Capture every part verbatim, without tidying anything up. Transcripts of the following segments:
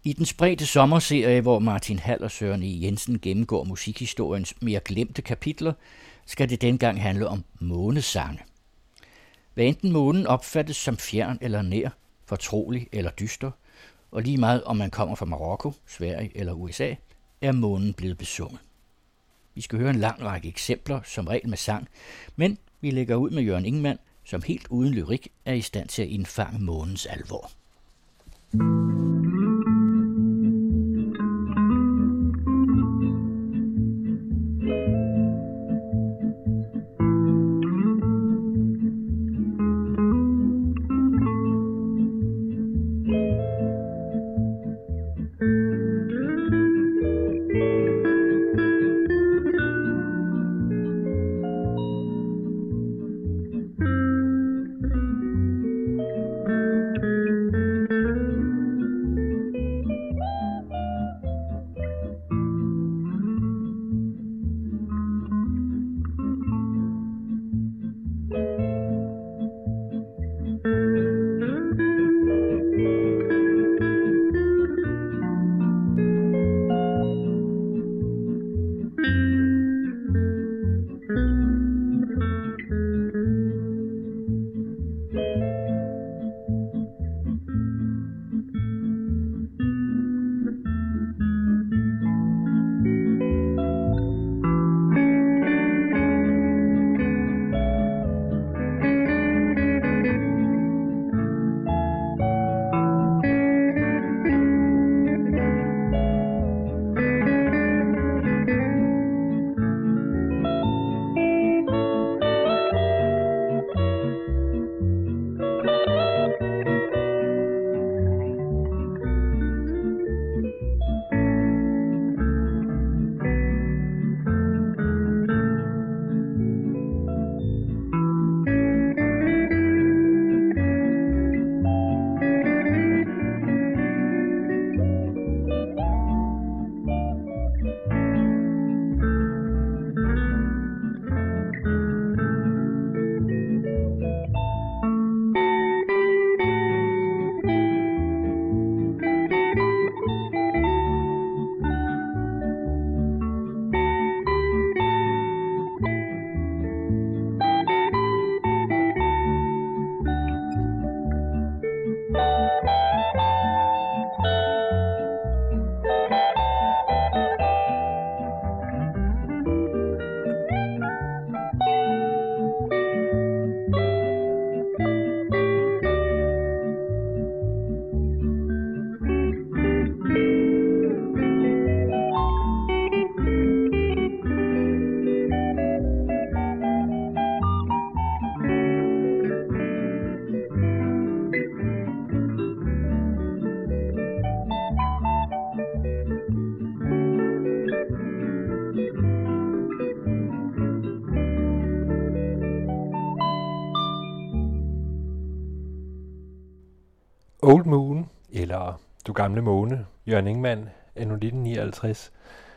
I den spredte sommerserie, hvor Martin Hald og Søren E. Jensen gennemgår musikhistoriens mere glemte kapitler, skal det dengang handle om månesange. Hvad enten månen opfattes som fjern eller nær, fortrolig eller dyster, og lige meget om man kommer fra Marokko, Sverige eller U S A, er månen blevet besunget. Vi skal høre en lang række eksempler, som regel med sang, men vi lægger ud med Jørgen Ingmann, som helt uden lyrik er i stand til at indfange månens alvor. Old Moon, eller Du gamle måne, Jørgen Ingmann, anno nitten nioghalvtreds.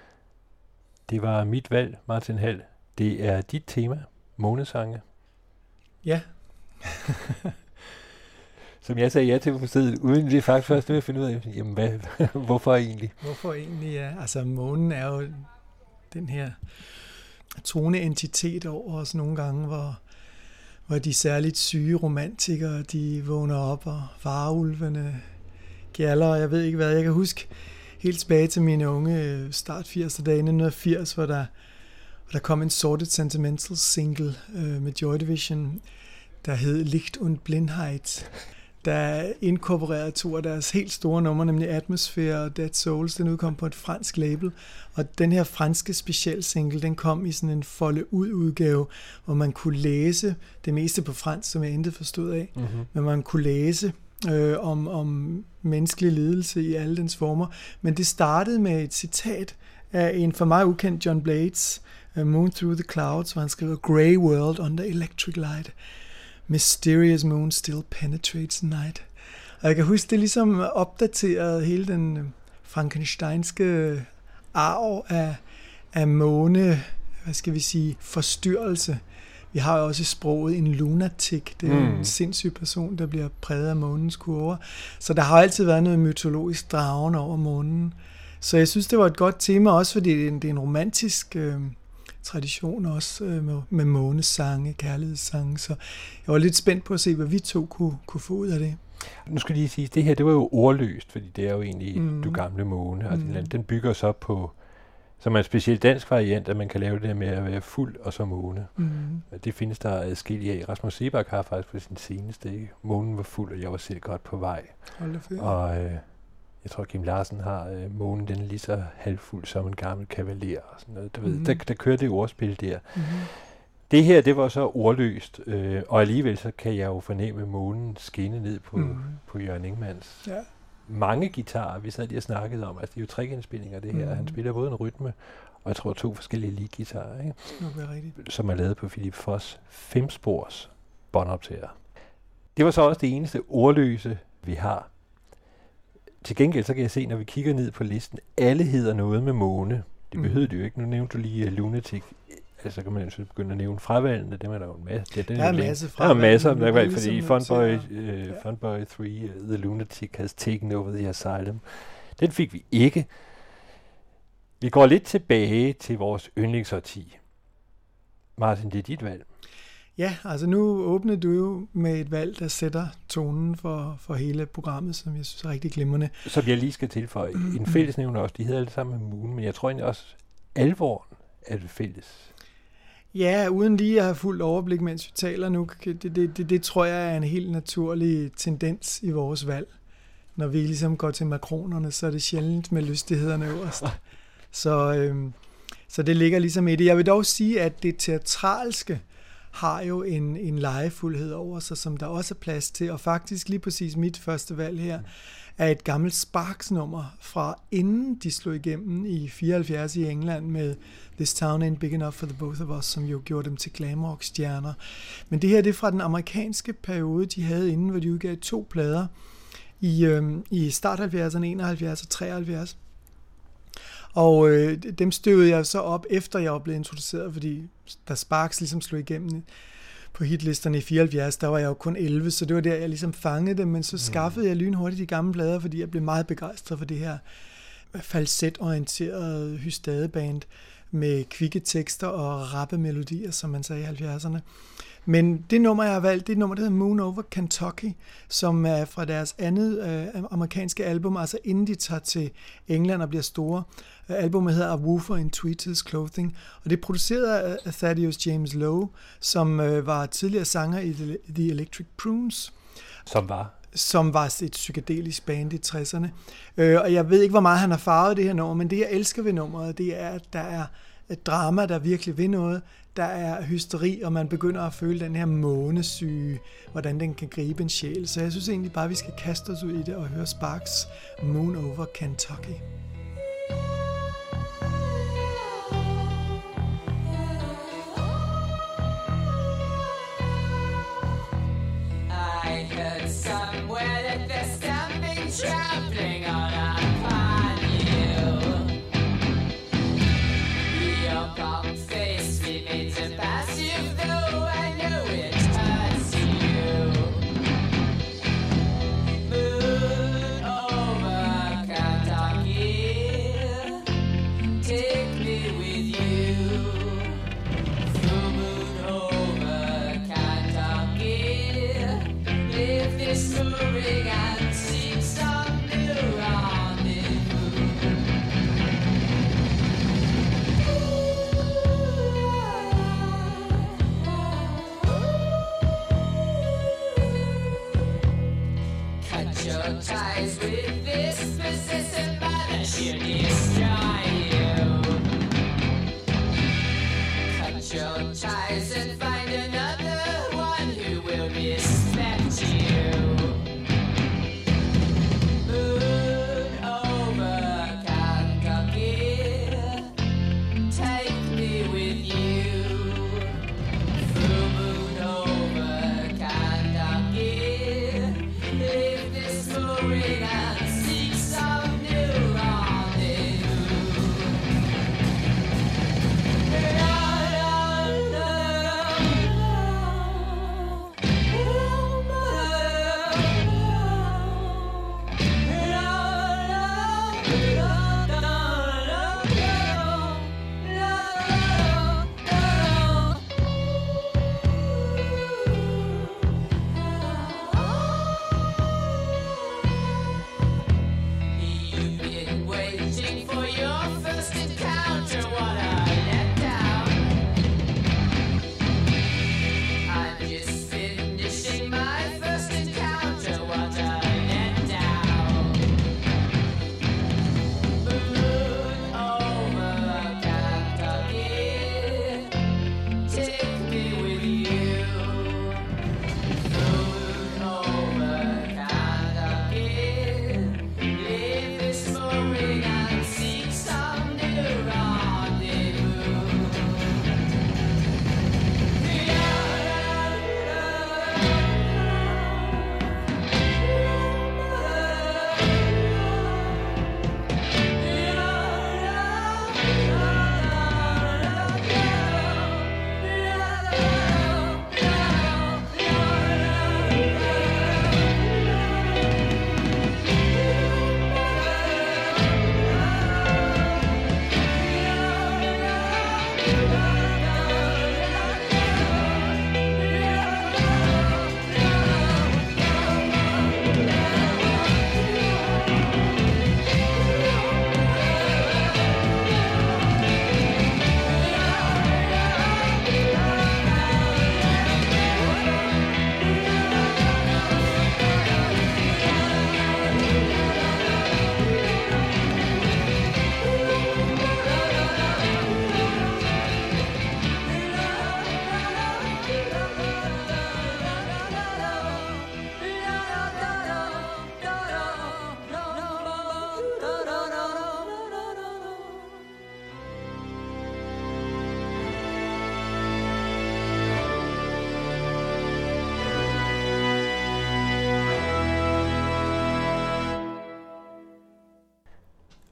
Det var mit valg, Martin Hald. Det er dit tema, månesange. Ja. Som jeg sagde ja til på stedet, uden det faktisk først at finde ud af, jamen hvad, hvorfor egentlig? Hvorfor egentlig, ja. Altså månen er jo den her toneentitet over os nogle gange, hvor hvor de særligt syge romantikere, de vågner op, og varulvene gjalder, og jeg ved ikke hvad. Jeg kan huske helt tilbage til mine unge start firserne, nitten firs, hvor der, hvor der kom en Sorted Sentimental single øh, med Joy Division, der hed Licht und Blindheit, der inkorporerede to af deres helt store numre, nemlig Atmosphere og Dead Souls. Den udkom på et fransk label, og den her franske special single, den kom i sådan en folde ud udgave, hvor man kunne læse det meste på fransk, som jeg intet forstod af, mm-hmm. men man kunne læse øh, om, om menneskelig lidelse i alle dens former. Men det startede med et citat af en for mig ukendt John Blades, uh, Moon Through the Clouds, hvor han skriver, Grey world under electric light. Mysterious moon still penetrates night. Og jeg kan huske, det ligesom opdateret hele den frankensteinske arv af, af måne, hvad skal vi sige, forstyrrelse. vi har jo også i sproget en lunatic, det er mm. en sindssyg person, der bliver præget af månens kurver. Så der har altid været noget mytologisk dragen over månen. Så jeg synes, det var et godt tema, også fordi det er en, det er en romantisk øh, tradition også øh, med, med månesange, kærlighedssange. Så jeg var lidt spændt på at se, hvad vi to kunne, kunne få ud af det. Nu skal jeg lige sige, at det her, det var jo ordløst, fordi det er jo egentlig mm. Du gamle måne. Og mm. den, den bygger så på, som er en speciel dansk variant, at man kan lave det med at være fuld og så måne. Mm. Det findes der adskillige af. Rasmus Seebach har faktisk på sin seneste, ikke? Månen var fuld, og jeg var selv godt på vej. Og øh, jeg tror, Kim Larsen har øh, månen, den er lige så halvfuld som en gammel kavaler. Og sådan noget. Der, mm. ved, der, der kører det ordspil der. Mm. Det her, det var så ordløst, øh, og alligevel så kan jeg jo fornemme månen skinne ned på, mm. på Jørgen Ingmanns. Ja. Mange guitarer, vi sad lige og snakkede om, altså det er jo tre-indspillinger det her, mm. han spiller både en rytme, og jeg tror to forskellige lead-guitarer, ikke? Okay, som er lavet på Philip Foss femspors båndoptager. Det var så også det eneste ordløse, vi har. Til gengæld så kan jeg se, når vi kigger ned på listen, alle hedder noget med måne. Det behøvede mm. det jo ikke. Nu nævnte du lige uh, Lunatic. Altså kan man jo begynde at nævne fravalgene, dem er der jo en masse. Ja, den der er en masse fravalg. Der er masser, der er fordi Funboy, uh, ja. Funboy tre, uh, The Lunatic has taken over the asylum. Den fik vi ikke. Vi går lidt tilbage til vores yndlingsårti. Martin, det er dit valg. Ja, altså nu åbnede du jo med et valg, der sætter tonen for, for hele programmet, som jeg synes er rigtig glimrende. Som jeg lige skal tilføje. En fællesnævner også, de hedder alle sammen med Moon, men jeg tror egentlig også, alvoren er det fælles. Ja, uden lige at have fuldt overblik, mens vi taler nu, det, det, det, det tror jeg er en helt naturlig tendens i vores valg. Når vi ligesom går til makronerne, så er det sjældent med lystighederne øverst. Så, øhm, så det ligger ligesom i det. Jeg vil dog sige, at det teatralske har jo en, en legefuldhed over sig, som der også er plads til. Og faktisk lige præcis mit første valg her er et gammelt Sparks-nummer fra inden de slog igennem i fireoghalvfjerds i England med This Town Ain't Big Enough for the Both of Us, som jo gjorde dem til glam rock-stjerner. Men det her det er fra den amerikanske periode, de havde inden, hvor de udgav to plader i, øhm, i start halvfjerdserne, enoghalvfjerds og treoghalvfjerds. Og øh, dem støvede jeg så op, efter jeg var blevet introduceret, fordi da Sparks ligesom slog igennem på hitlisterne i fireoghalvfjerds, der var jeg jo kun elleve, så det var der, jeg ligesom fangede dem, men så skaffede jeg lynhurtigt de gamle plader, fordi jeg blev meget begejstret for det her falsetorienterede hystadeband med kvikke tekster og rappe melodier, som man sagde i halvfjerdserne. Men det nummer, jeg har valgt, det er et nummer, der hedder Moon Over Kentucky, som er fra deres andet øh, amerikanske album, altså inden de tager til England og bliver store. Albumet hedder A Woofer in Tweeters Clothing, og det er produceret af Thaddeus James Lowe, som øh, var tidligere sanger i The, The Electric Prunes. Som var? Som var et psykedelisk band i tresserne. Øh, og jeg ved ikke, hvor meget han har farvet det her nummer, men det, jeg elsker ved nummeret, det er, at der er et drama, der virkelig vil noget. Der er hysteri, og man begynder at føle den her månesyge, hvordan den kan gribe en sjæl. Så jeg synes egentlig bare, at vi skal kaste os ud i det og høre Sparks Moon Over Kentucky. I heard somewhere that there's something trampling on upon you. Your calm face remains impassive, though I know it hurts you. Moon over Kentucky, take me with you. Full moon over Kentucky, live this story and seek some new rendezvous. Cut your ties with this persistent mother, she'll destroy you. Cut your ties and find another one who will respect you. Moon over Kentucky, take me with you. Full moon over Kentucky, live this story and seek some new rendezvous.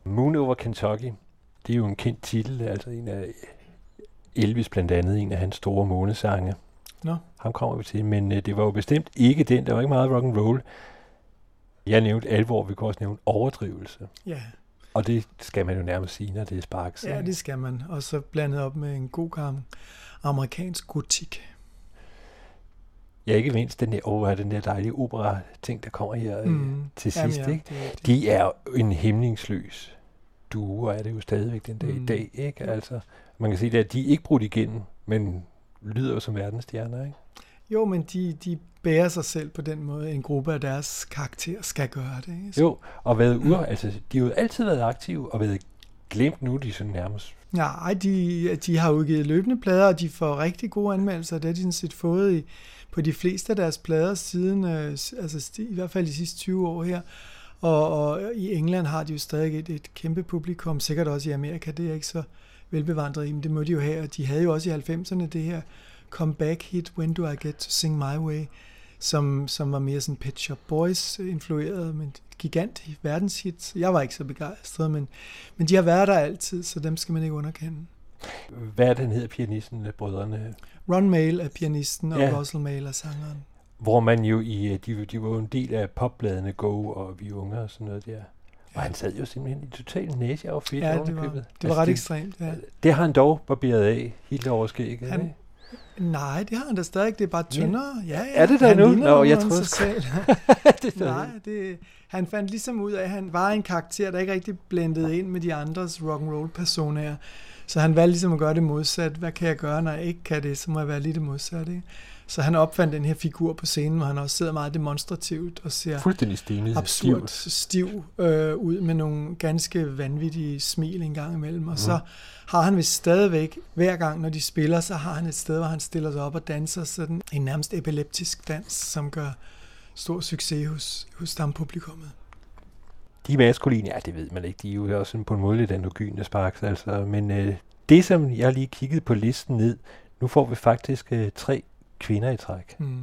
Moon over Kentucky, det er jo en kendt titel, altså en af Elvis blandt andet, en af hans store månesange. Nå. Ham kommer vi til, men øh, det var jo bestemt ikke den, der var ikke meget rock and roll. Jeg nævnte alvor, vi kunne også nævne overdrivelse. Ja. Og det skal man jo nærmest sige, når det er Sparks. Ja, det skal man. Og så blandet op med en god gammel amerikansk gotik. Ja, ikke mindst den der, oh, den der dejlige opera-ting, der kommer her mm. til sidst. Jamen, ja, ikke? det, det. De er en hæmningsløs duo, og er det jo stadigvæk den dag mm. i dag. Ikke? Ja. Altså, man kan sige, at de er ikke brudt igennem, men lyder jo som verdensstjerner. Ikke? Jo, men de, de bærer sig selv på den måde, en gruppe af deres karakter skal gøre det. Ikke? Så. Jo, og været ur, altså, de har jo altid været aktive, og været glemt nu, de sådan nærmest. Nej, de, de har udgivet løbende plader, og de får rigtig gode anmeldelser. Det har de sådan set fået i, på de fleste af deres plader siden, øh, altså i hvert fald de sidste tyve år her. Og, og i England har de jo stadig et, et kæmpe publikum, sikkert også i Amerika, det er ikke så velbevandret i, men det må de jo have. Og de havde jo også i halvfemserne det her comeback hit, When Do I Get to Sing My Way, som, som var mere sådan Pet Shop Boys influeret, men gigant verdenshit. Jeg var ikke så begejstret, men, men de har været der altid, så dem skal man ikke underkende. Hvad er den hedder, pianisten, brødrene? Ron Mayle er pianisten, og ja. Russell Mayle er sangeren. Hvor man jo i, de, de var jo en del af popbladene Go og Vi Unge og sådan noget der. Og han sad jo simpelthen i total næse-outfit. Ja, det var, det var altså, ret det, ekstremt, ja. Det har han dog barberet af, helt over skægget, han, ikke? Nej, det har han da stadig ikke. Det er bare tyndere. Ja, ja. Er det der nu? Nå, jeg troede sig det Nej, det, han fandt ligesom ud af, at han var en karakter, der ikke rigtig blendede ind med de andres rock'n'roll personer. Så han valgte ligesom at gøre det modsat. Hvad kan jeg gøre, når jeg ikke kan det? Så må jeg være lige det modsatte, ikke? Så han opfandt den her figur på scenen, hvor han også sidder meget demonstrativt og ser fuldstændig stenet, absurd stiv, stiv øh, ud med nogle ganske vanvittige smil en gang imellem. Og mm. så har han vist stadigvæk, hver gang når de spiller, så har han et sted, hvor han stiller sig op og danser sådan en nærmest epileptisk dans, som gør stor succes hos, hos stampublikummet. De er maskuline, ja, det ved man ikke. De er jo også på en måde lidt androgyne Sparks, altså. Men øh, det, som jeg lige kiggede på listen ned, nu får vi faktisk øh, tre kvinder i træk. Mm.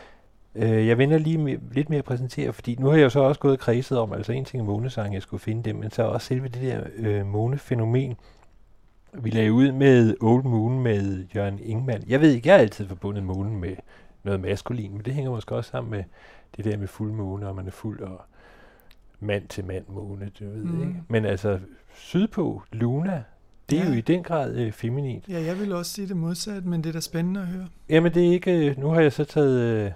Øh, jeg vender lige med, lidt mere at præsentere, fordi nu har jeg jo så også gået og kredset om, altså en ting er månesang, jeg skulle finde dem, men så også selve det der øh, månefænomen. Vi lagde ud med Old Moon med Jørgen Ingmann. Jeg ved ikke, jeg har altid forbundet månen med noget maskulin, men det hænger måske også sammen med det der med fuldmåne, og man er fuld og mand til mand måne, du ved mm. ikke. Men altså, sydpå, Luna, det er ja. jo i den grad øh, feminint. Ja, jeg vil også sige det modsat, men det er da spændende at høre. Jamen det er ikke, øh, nu har jeg så taget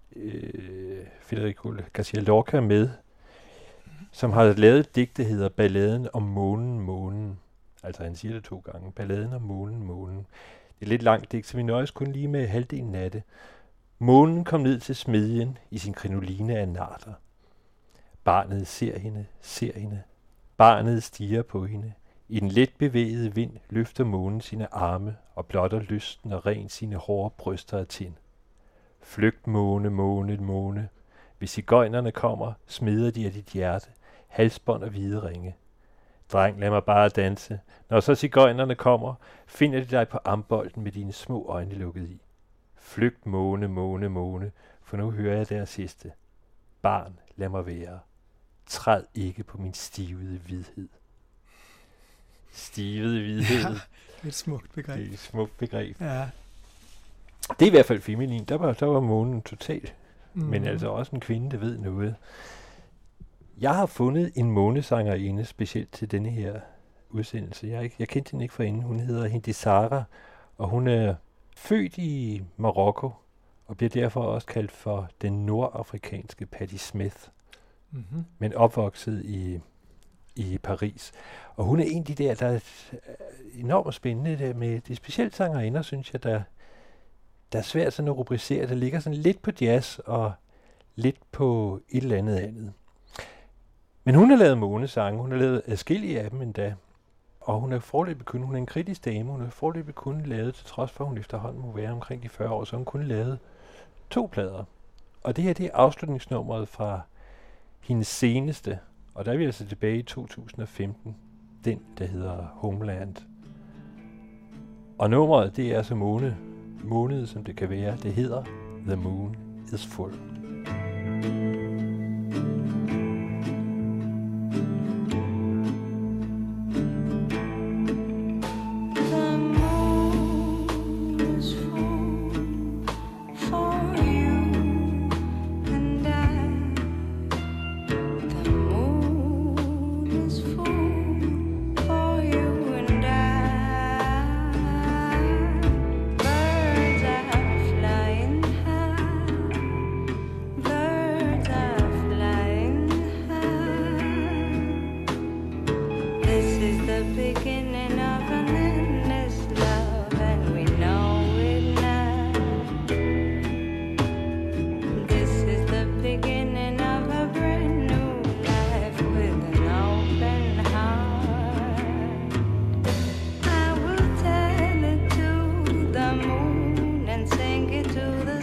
øh, Federico Garcia Lorca med, mm. som har lavet et digt, der hedder Balladen om månen, månen. Altså han siger det to gange, Balladen om månen, månen. Det er lidt langt digt, så vi nøjes kun lige med halvdelen af det. Månen kom ned til smedjen i sin krinoline af narter. Barnet ser hende, ser hende. Barnet stiger på hende. I den let bevægede vind løfter månen sine arme og blotter lysten og ren sine hårde bryster af tind. Flygt måne, måne, måne. Hvis cigøjnerne kommer, smider de af dit hjerte, halsbånd og hvide ringe. Dreng, lad mig bare danse. Når så cigøjnerne kommer, finder de dig på ambolden med dine små øjne lukket i. Flygt måne, måne, måne, for nu hører jeg deres sidste. Barn, lad mig være. Træd ikke på min stivede hvidhed. Stivede hvidhed. Ja, det er et smukt begreb. Det er et smukt begreb. Ja. Det er i hvert fald feminin. Der var, der var månen totalt. Mm. Men Mhm. altså også en kvinde, der ved noget. Jeg har fundet en månesangerinde specielt til denne her udsendelse. Jeg, ikke, jeg kendte hende ikke forinden. Hun hedder Hindi Sara, og hun er født i Marokko, og bliver derfor også kaldt for den nordafrikanske Patti Smith, Mm-hmm. men opvokset i, i Paris. Og hun er en af de der, der er enormt spændende der med de specielt sangerinder, synes jeg, der, der er svært sådan at rubricere. Der ligger sådan lidt på jazz og lidt på et eller andet andet. Men hun har lavet månesange, hun har lavet adskillige af dem endda. Og hun er foreløbig kun, hun er en kritisk dame, hun er foreløbig kun lavet, til trods for, at hun efterhånden må være omkring de fyrre år, så hun kun lavet to plader. Og det her, det er afslutningsnummeret fra hendes seneste, og der er vi altså tilbage i to tusind og femten, den, der hedder Homeland. Og nummeret, det er så måne, måned, som det kan være, det hedder The Moon is Full. the beginning of an endless love, and we know it now. This is the beginning of a brand new life with an open heart. I will tell it to the moon and sing it to the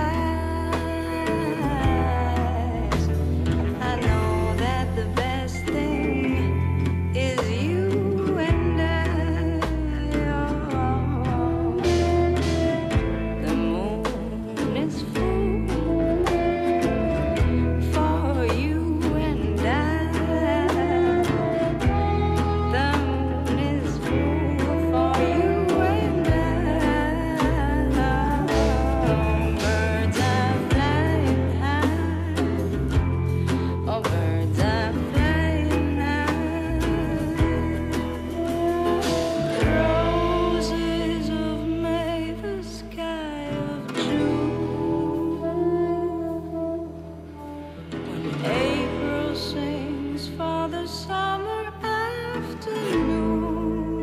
skies. I know that the best thing is you and I. Oh, the moon is full for you and I. The moon is full for you and I. Birds are flying high. Oh, birds are flying high. Roses of May, the sky of June. When April sings for the summer afternoon.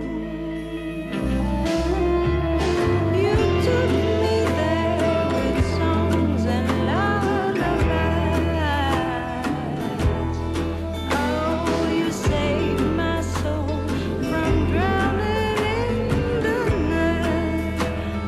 You took me there with songs and lullabies. Oh, you saved my soul from drowning in the night.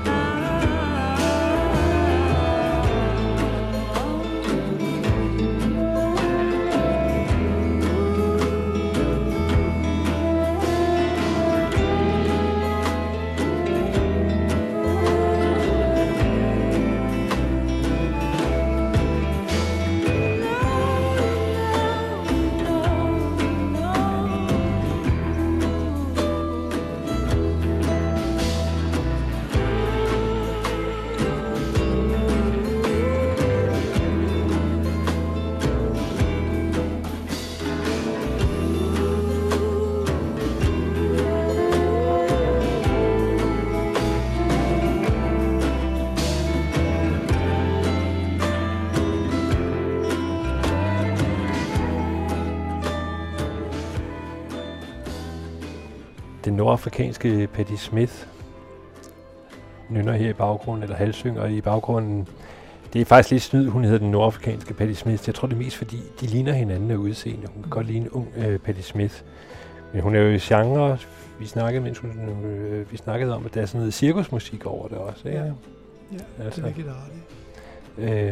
Den nordafrikanske Patti Smith nynner her i baggrunden, eller halvsynger i baggrunden. Det er faktisk lidt snyd, hun hedder den nordafrikanske Patti Smith. Jeg tror det er mest fordi, de ligner hinanden af udseende. Hun kan godt ligne en ung øh, Patti Smith. Men hun er jo i genre, vi snakkede, mens hun, øh, vi snakkede om, at der er sådan noget cirkusmusik over det også. Ikke? Ja, ja altså, det er virkelig ret. øh,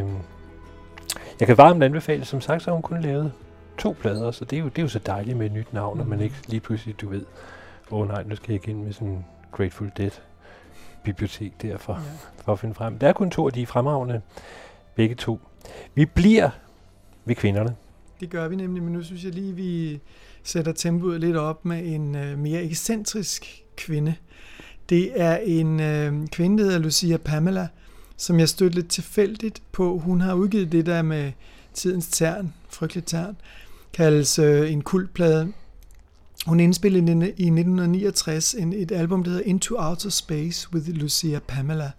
Jeg kan varmt anbefale, som sagt, så har hun kun lavet to plader, så det er jo, det er jo så dejligt med et nyt navn, mm. og man ikke lige pludselig, du ved, åh oh, nej, nu skal jeg ikke ind med sådan en Grateful Dead bibliotek derfor, ja. for at finde frem. Der er kun to af de fremragende, begge to. Vi bliver ved kvinderne. Det gør vi nemlig, men nu synes jeg lige, vi sætter tempoet lidt op med en øh, mere ekscentrisk kvinde. Det er en øh, kvinde, der hedder Lucia Pamela, som jeg stødte lidt tilfældigt på. Hun har udgivet det der med tidens tern, frygteligt tern, kaldes øh, en kultplade. Hun indspillede i nitten niogtres en, et album, der hedder Into Outer Space with Lucia Pamela.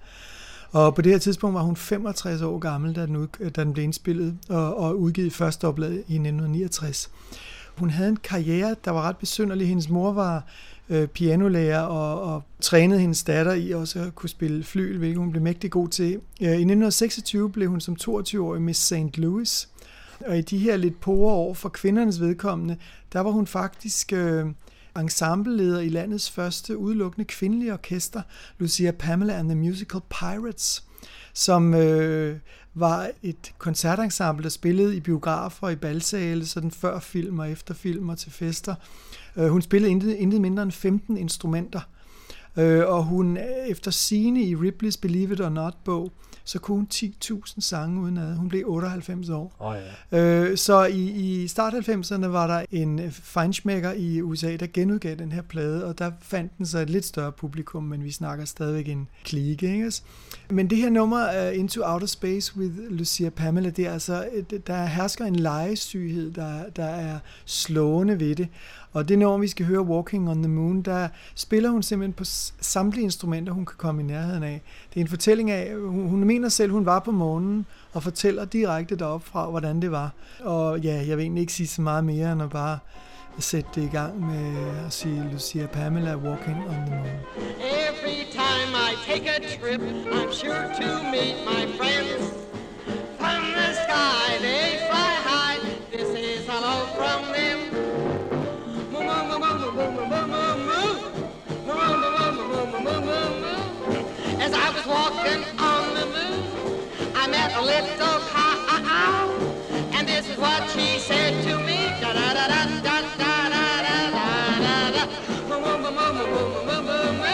Og på det her tidspunkt var hun femogtres år gammel, da den, ud, da den blev indspillet og, og udgivet i første oplag i nitten niogtres. Hun havde en karriere, der var ret besynderlig. Hendes mor var øh, pianolærer og, og trænede hendes datter i også at kunne spille flygel, hvilket hun blev mægtig god til. I nitten seksogtyve blev hun som toogtyve-årig Miss Saint Louis. Og i de her lidt pore år for kvindernes vedkommende, der var hun faktisk øh, ensembleleder i landets første udelukkende kvindelige orkester, Lucia Pamela and the Musical Pirates, som øh, var et koncertensemble, der spillede i biografer og i balsale, sådan før film og efter film og til fester. Øh, hun spillede intet, intet mindre end femten instrumenter, øh, og hun efter sigende i Ripley's Believe It or Not-bog, så kunne hun ti tusind sange udenad. Hun blev otteoghalvfems år. Oh, ja. øh, så i, i start halvfemserne var der en feinschmecker i U S A, der genudgav den her plade, og der fandt den sig et lidt større publikum, men vi snakker stadigvæk en klike. Ikke? Men det her nummer, uh, Into Outer Space with Lucia Pamela, det er altså, der hersker en legesyghed, der, der er slående ved det. Og det nummer, vi skal høre, Walking on the Moon, der spiller hun simpelthen på samtlige instrumenter, hun kan komme i nærheden af. Det er en fortælling af, hun, hun mener selv, hun var på månen, og fortæller direkte deroppe fra, hvordan det var. Og ja, jeg vil egentlig ikke sige så meget mere, end at bare at sætte det i gang med at sige Lucia Pamela Walking on the Moon. Every time I take a trip, I'm sure to meet my friends. From the sky they fly high, this is hello from them. Moo moo moo moo moo moo moo moo moo. Moo moo moo moo moo moo moo moo. As I was walking on the moon, I met a little cow, and this is what she said to me. Da da da da da da da da da da. Moo moo moo moo moo moo moo moo.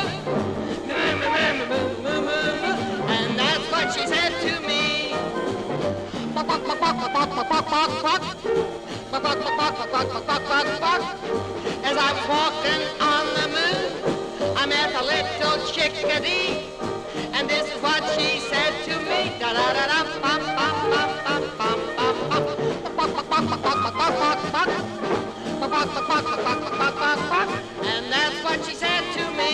And that's what she said to me. As I was walking on the moon, I met a little chickadee, and this is what she said to me. Da da da da bum bum bum bum bum bum. And that's what she said to me.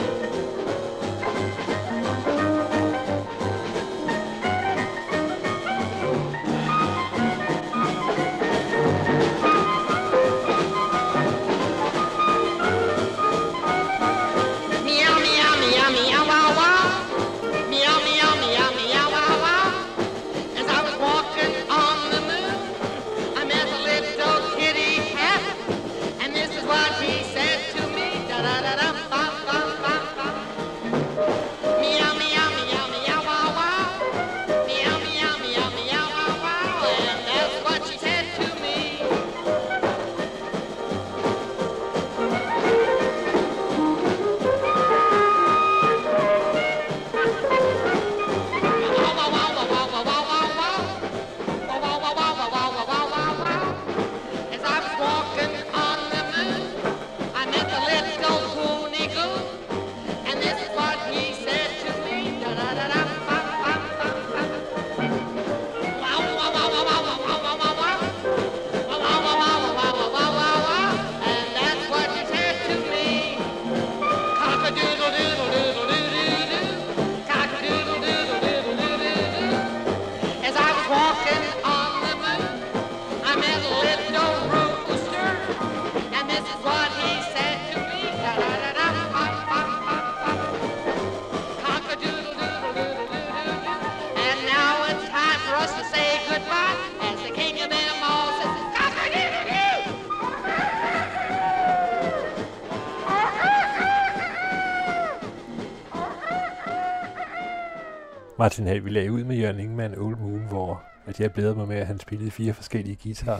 Martin Hall, vi lagde ud med Jørgen Ingmann Old Moon, hvor at jeg blæder mig med, at han spillede fire forskellige guitarer.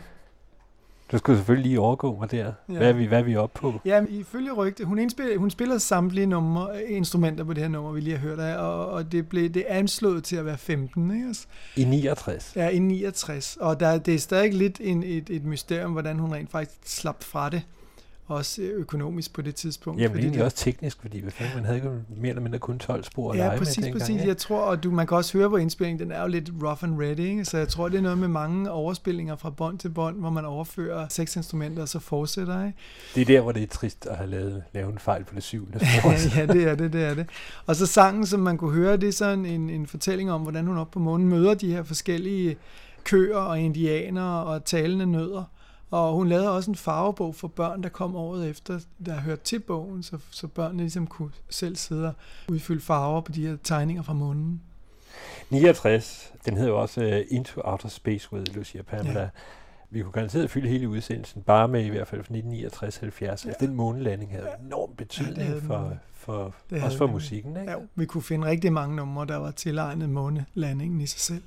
Du skulle selvfølgelig lige overgå mig der. Ja. Hvad, er vi, hvad er vi oppe på? Ja, ifølge rygte, hun, indspiller, hun spiller samtlige numre, instrumenter på det her nummer, vi lige har hørt af, og, og det blev det anslået til at være femten, ikke? I niogtres? Ja, i niogtres. Og der, det er stadig lidt en, et, et mysterium, hvordan hun rent faktisk slap fra det. Også økonomisk på det tidspunkt. Jamen egentlig det også teknisk, fordi hvad fanden, man havde jo mere eller mindre kun tolv spor at ja, lege præcis, med præcis. dengang. Ja, jeg tror, og du, man kan også høre på indspillingen, den er jo lidt rough and ready, ikke? Så jeg tror, det er noget med mange overspillinger fra bånd til bånd, hvor man overfører seks instrumenter, og så fortsætter, ikke? Det er der, hvor det er trist at have lavet, lavet en fejl på det syvende spor. Ja, det er det, det er det. Og så sangen, som man kunne høre, det er sådan en, en fortælling om, hvordan hun op på månen møder de her forskellige køer og indianere og talende nødder. Og hun lavede også en farvebog for børn, der kom året efter, der hørte til bogen, så, så børnene ligesom kunne selv sidde og udfylde farver på de her tegninger fra månen. niogtres, den hedder jo også uh, Into Outer Space with Lucia Pamela. Ja. Vi kunne garanteret fylde hele udsendelsen, bare med i hvert fald fra nitten niogtres halvfjerds. Ja. Altså, den månelanding havde ja. enorm betydning ja, for, for, også for den. musikken. Ikke? Ja, vi kunne finde rigtig mange numre, der var tilegnet månelandingen i sig selv.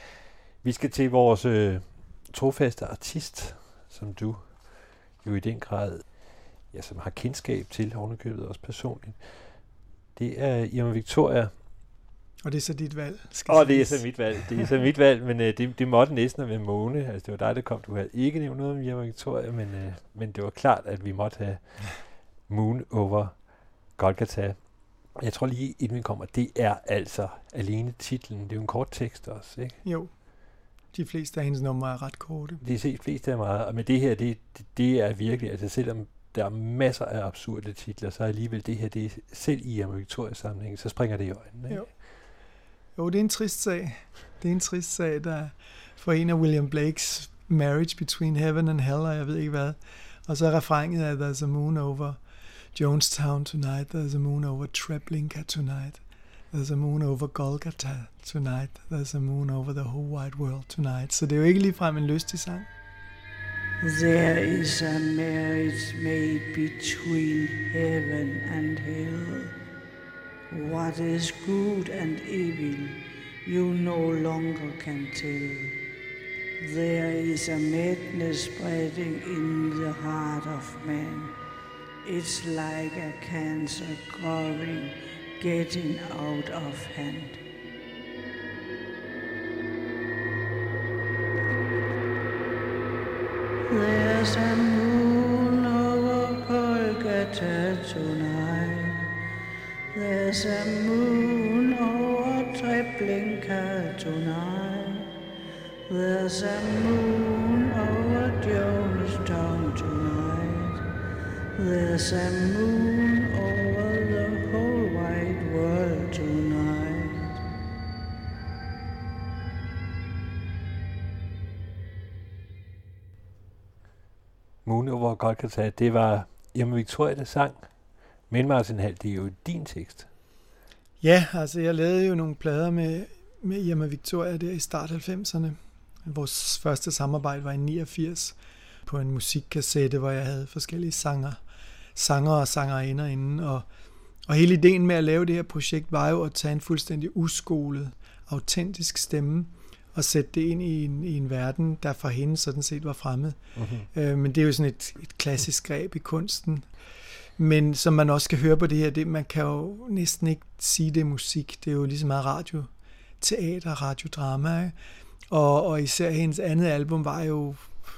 Vi skal til vores øh, trofaste artist, som du jo i den grad, ja, som har kendskab til, ovenikøbet også personligt. Det er Irma Victoria. Og det er så dit valg. Og det er så mit valg. Det er så mit valg, men øh, det, det måtte næsten være Måne. Altså, det var dig, der kom. Du havde ikke nævnt noget om Irma Victoria, men, øh, men det var klart, at vi måtte have Moon over Golgata. Jeg tror lige, inden vi kommer, det er altså alene titlen. Det er jo en kort tekst også, ikke? Jo. De fleste af hendes numre er ret korte. De fleste er meget, men det her, det, det, det er virkelig, altså selvom der er masser af absurde titler, så alligevel det her, det er selv i Irma Victoria sammenhæng, så springer det i øjnene. Ikke? Jo. jo, det er en trist sag. Det er en trist sag, der forener William Blakes Marriage Between Heaven and Hell, og jeg ved ikke hvad. Og så refrænget er There's a moon over Jonestown tonight, there's a moon over Treblinka tonight, there's a moon over Golgotha tonight, there's a moon over the whole wide world tonight. Så det er jo ikke ligefrem en lystig sang. There is a marriage made between heaven and hell. What is good and evil, you no longer can tell. There is a madness spreading in the heart of man. It's like a cancer growing, getting out of hand. There's a moon over Golgotha tonight. There's a moon over Treblinka tonight. There's a moon over Jonestown tonight. There's a moon over the whole wide world tonight. Moon over Golgotha, det var Irma Victoria, der sang. Men Martin Hald, det er jo din tekst. Ja, altså jeg lavede jo nogle plader med, med Irma Victoria der i start halvfemserne. Vores første samarbejde var i niogfirs på en musikkassette, hvor jeg havde forskellige sanger, sanger og sangerinder inde. Og, og hele ideen med at lave det her projekt var jo at tage en fuldstændig uskolet, autentisk stemme og sætte det ind i en, i en verden, der for hende sådan set var fremmed. Mm-hmm. Øh, men det er jo sådan et, et klassisk greb i kunsten. Men som man også skal høre på det her, det, man kan jo næsten ikke sige, det er musik. Det er jo ligesom meget radioteater, radiodrama. Ikke? Og, og især hendes andet album var jo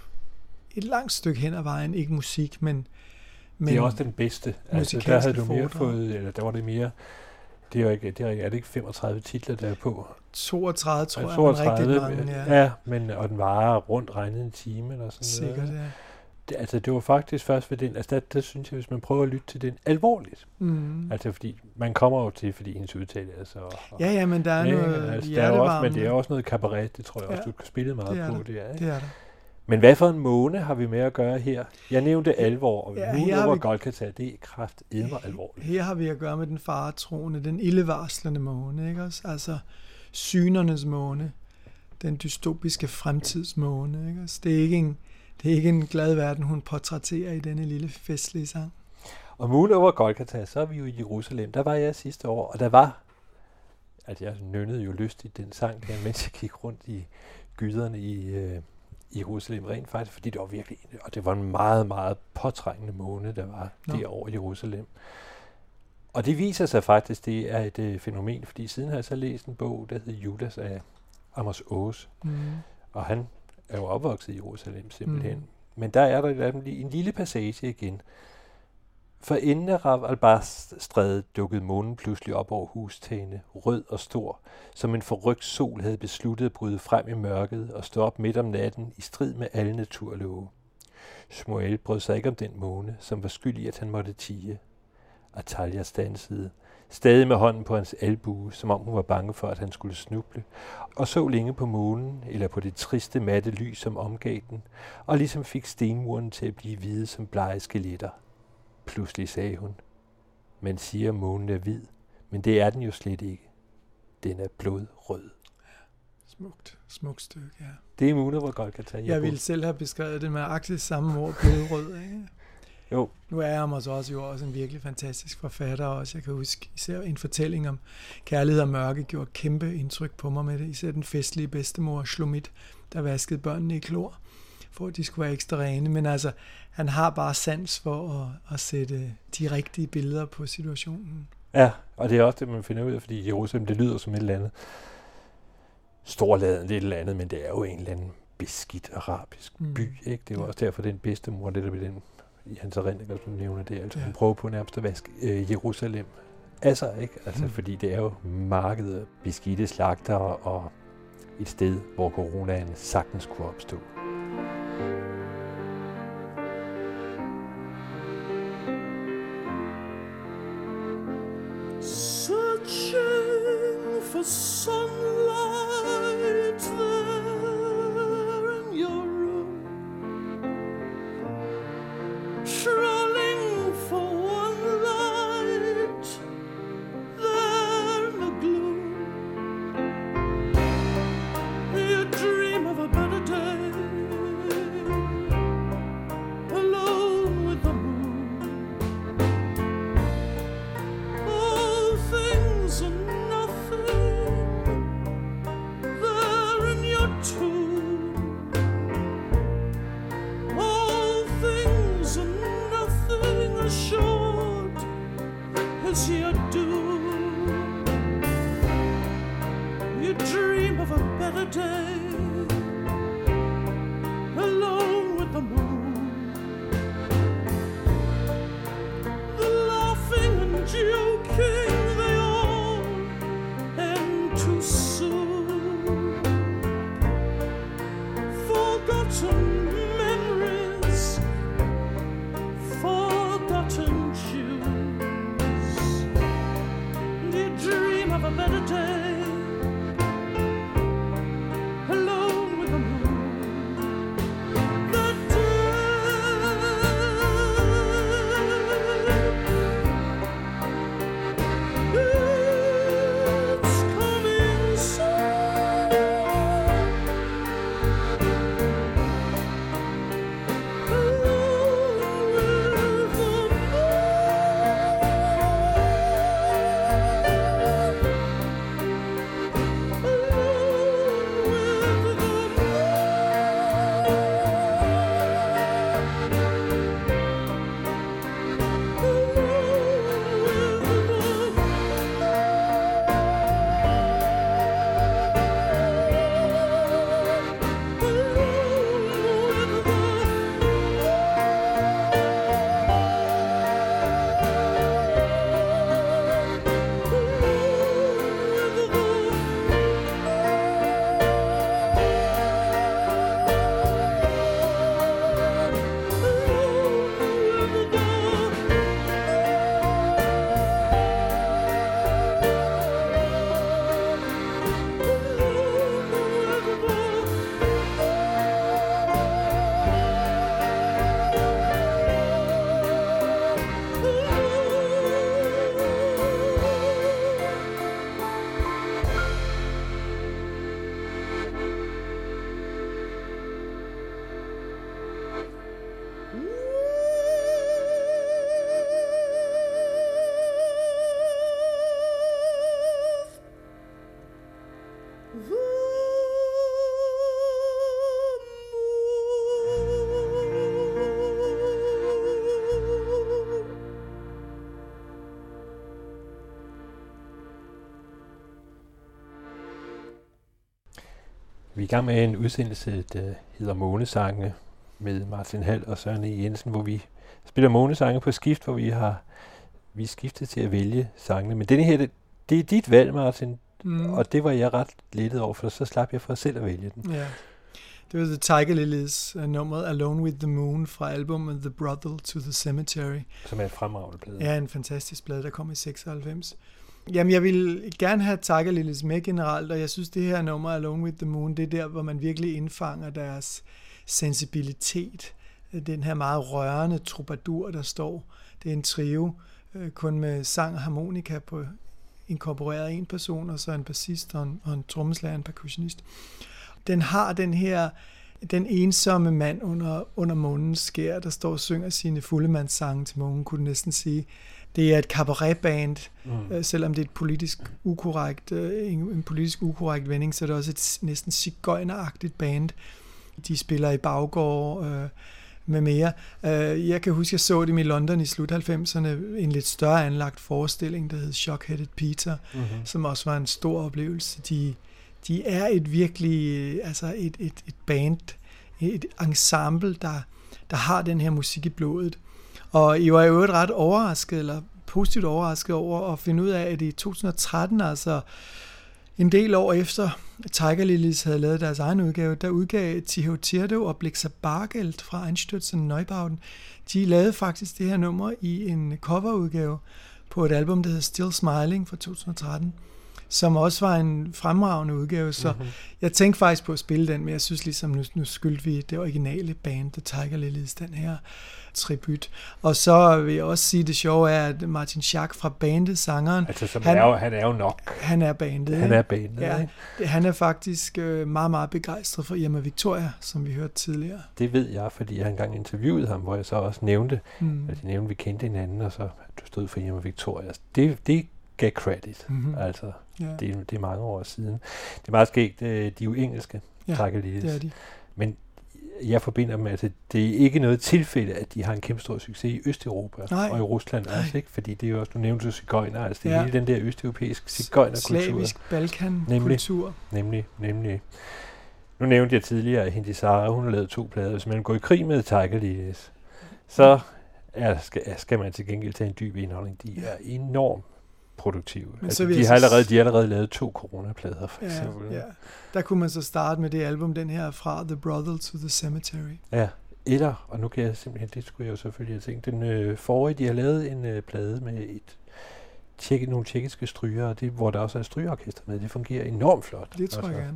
et langt stykke hen ad vejen, ikke musik, men, men det er også den bedste. Altså, der havde du mere fået, eller der var det mere, det er jo ikke, det er, er det ikke femogtredive titler, der er på? toogtredive, tror jeg, toogtredive, men rigtig mange, ja. Ja, men, og den varer rundt regnet en time, eller sådan Sikkert, noget. ja. Det, altså, det var faktisk først ved den, altså der, der synes jeg, hvis man prøver at lytte til den alvorligt, mm. altså fordi, man kommer jo til, fordi hendes udtale er så... Og, ja, ja, men der er ja, noget altså, der er også, men det er ja. også noget cabaret, det tror jeg ja. også, du kan spille meget det på. Det. Det er, det er der. Men hvad for en måne har vi med at gøre her? Jeg nævnte alvor, og ja, nu over vi... Golgotha, det er kraftedme alvorligt. Her har vi at gøre med den faretroende, den ildevarslende måne, ikke også? Altså synernes måne, den dystopiske fremtidsmåne, ikke også? Det er ikke en, det er ikke en glad verden, hun portrætterer i denne lille festlige sang. Og Moon over Golgotha, så er vi jo i Jerusalem. Der var jeg sidste år, og der var, altså jeg nynnede jo lystigt den sang der, mens jeg gik rundt i gyderne i øh, Jerusalem rent faktisk, fordi det var virkelig, og det var en meget, meget påtrængende måne, der var no. derovre i Jerusalem. Og det viser sig faktisk, det er et øh, fænomen, fordi siden har jeg så læst en bog, der hedder Judas af Amos Oz, mm. og han er jo opvokset i Jerusalem simpelthen. Mm. Men der er der en lille passage igen. For enden af Rav al-Bas-strædet dukkede månen pludselig op over hustagene, rød og stor, som en forrygt sol havde besluttet at bryde frem i mørket og stå op midt om natten i strid med alle naturlove. Shmuel brød sig ikke om den måne, som var skyld i, at han måtte tie. Atalia stansede, stadig med hånden på hans albue, som om hun var bange for, at han skulle snuble, og så længe på månen, eller på det triste matte lys, som omgav den, og ligesom fik stenmuren til at blive hvide som blege skeletter. Pludselig sagde hun, man siger, at månen er hvid, men det er den jo slet ikke. Den er blodrød. Smukt, smukt stykke, ja. Det er Moon over Golgotha. Jeg, jeg ville selv have beskrevet det med aktivt samme ord, blodrød, ikke? Jo. Nu er Amos Oz jo også en virkelig fantastisk forfatter også. Jeg kan huske især en fortælling om kærlighed og mørke gjorde kæmpe indtryk på mig med det. Især den festlige bedstemor Shlomit, der vaskede børnene i klor, for at de skulle være ekstra rene. Men altså, han har bare sans for at, at sætte de rigtige billeder på situationen. Ja, og det er også det, man finder ud af, fordi Jerusalem, det lyder som et eller andet storladen, det er et eller andet, men det er jo en eller anden beskidt arabisk mm. by, ikke? Det er jo ja. også derfor, den bedstemor, det der ved den i hans erindringer, som nævner det, altså ja. hun prøver på nærmest at vaske øh, Jerusalem af sig, ikke? Altså, mm. fordi det er jo markedet, beskidte slagter og et sted, hvor coronaen sagtens kunne opstå. Searching for sunlight there in your room, as you do. You dream of a better day, alone with the moon, the laughing and joking they all end too soon. Forgotten memories, forgotten tunes. You dream of a better day, Vi er i gang med en udsendelse, der hedder Månesange med Martin Hald og Søren E. Jensen, hvor vi spiller månesange på skift, hvor vi har vi er skiftet til at vælge sangene. Men denne her, det, det er dit valg, Martin, mm. og det var jeg ret lettet over, for så slap jeg for selv at vælge den. Ja. Det var The Tiger Lilies uh, nummeret Alone with the Moon fra albumet The Brothel to the Cemetery. Som er en fremragende plade. Ja, en fantastisk plade, der kom i seksoghalvfems. Jamen, jeg vil gerne have Tiger Lilies med generelt, og jeg synes, det her nummer Alone with the Moon, det er der, hvor man virkelig indfanger deres sensibilitet. Den her meget rørende troubadour, der står. Det er en trio, øh, kun med sang og harmonika på inkorporeret en person, og så en bassist og en, og en trommeslager, en percussionist. Den har den her, den ensomme mand under, under månens skær, der står og synger sine fuldemandssange til månen, kunne du næsten sige. Det er et cabaretband, mm. øh, selvom det er et politisk ukorrekt, øh, en, en politisk ukorrekt vending, så er det også et næsten sigøjneragtigt band. De spiller i baggård øh, med mere. Øh, jeg kan huske, jeg så dem i London i slut halvfemserne, en lidt større anlagt forestilling, der hed Shock-Headed Peter, mm-hmm. som også var en stor oplevelse. De, de er et virkelig, altså et, et, et band, et ensemble, der, der har den her musik i blodet. Og jeg var jo ret overrasket, eller positivt overrasket over at finde ud af, at i to tusind og tretten, altså en del år efter Tiger Lilies havde lavet deres egen udgave, der udgav Tiho Tirdo og Blixa Bargeld fra Einstürzen Neubauten. De lavede faktisk det her nummer i en coverudgave på et album, der hedder Still Smiling fra to tusind og tretten, som også var en fremragende udgave, så mm-hmm. jeg tænkte faktisk på at spille den, men jeg synes ligesom, nu, nu skyldte vi det originale band, The Tiger Lilies, den her tribut. Og så vil jeg også sige, det sjove er, at Martin Schack fra bandet, sangeren, altså, som han, er jo, han er jo nok. Han er bandet. Han er bandet, ja. Det, han er faktisk øh, meget, meget begejstret for Irma Victoria, som vi hørte tidligere. Det ved jeg, fordi jeg engang interviewede ham, hvor jeg så også nævnte, mm. at jeg nævnte, at vi kendte hinanden, og så at du stod for Irma Victoria. Det, det gav credit. Mm-hmm. Altså, ja. det, det er mange år siden. Det er meget skægt. De er jo engelske, ja, Tiger Lilies. Det er de. Men jeg forbinder dem, altså det er ikke noget tilfælde, at de har en kæmpe stor succes i Østeuropa Nej. og i Rusland Nej. også, ikke? Fordi det er jo også, nu nævnte du sigøjner, altså det er Ja. hele den der østeuropæiske sigøjnerkultur. Slavisk Balkan-kultur. Nemlig, nemlig. Nu nævnte jeg tidligere, at Hindi Sara, hun har lavet to plader. Hvis man går i krig med Tiger Lilies, så er, skal, skal man til gengæld tage en dyb indholdning. De er enormt produktive. Men Altså, så vil de, jeg har så allerede, s- de har allerede lavet to coronaplader, for Ja, eksempel. ja. Der kunne man så starte med det album, den her fra The Brothel to the Cemetery. Ja, eller, og nu kan jeg simpelthen, det skulle jeg jo selvfølgelig have tænkt, den øh, forrige, de har lavet en øh, plade med et tjek, nogle tjekkiske stryger, det, hvor der også er strygeorkester med. Det fungerer enormt flot. Det tror jeg Altså, gerne.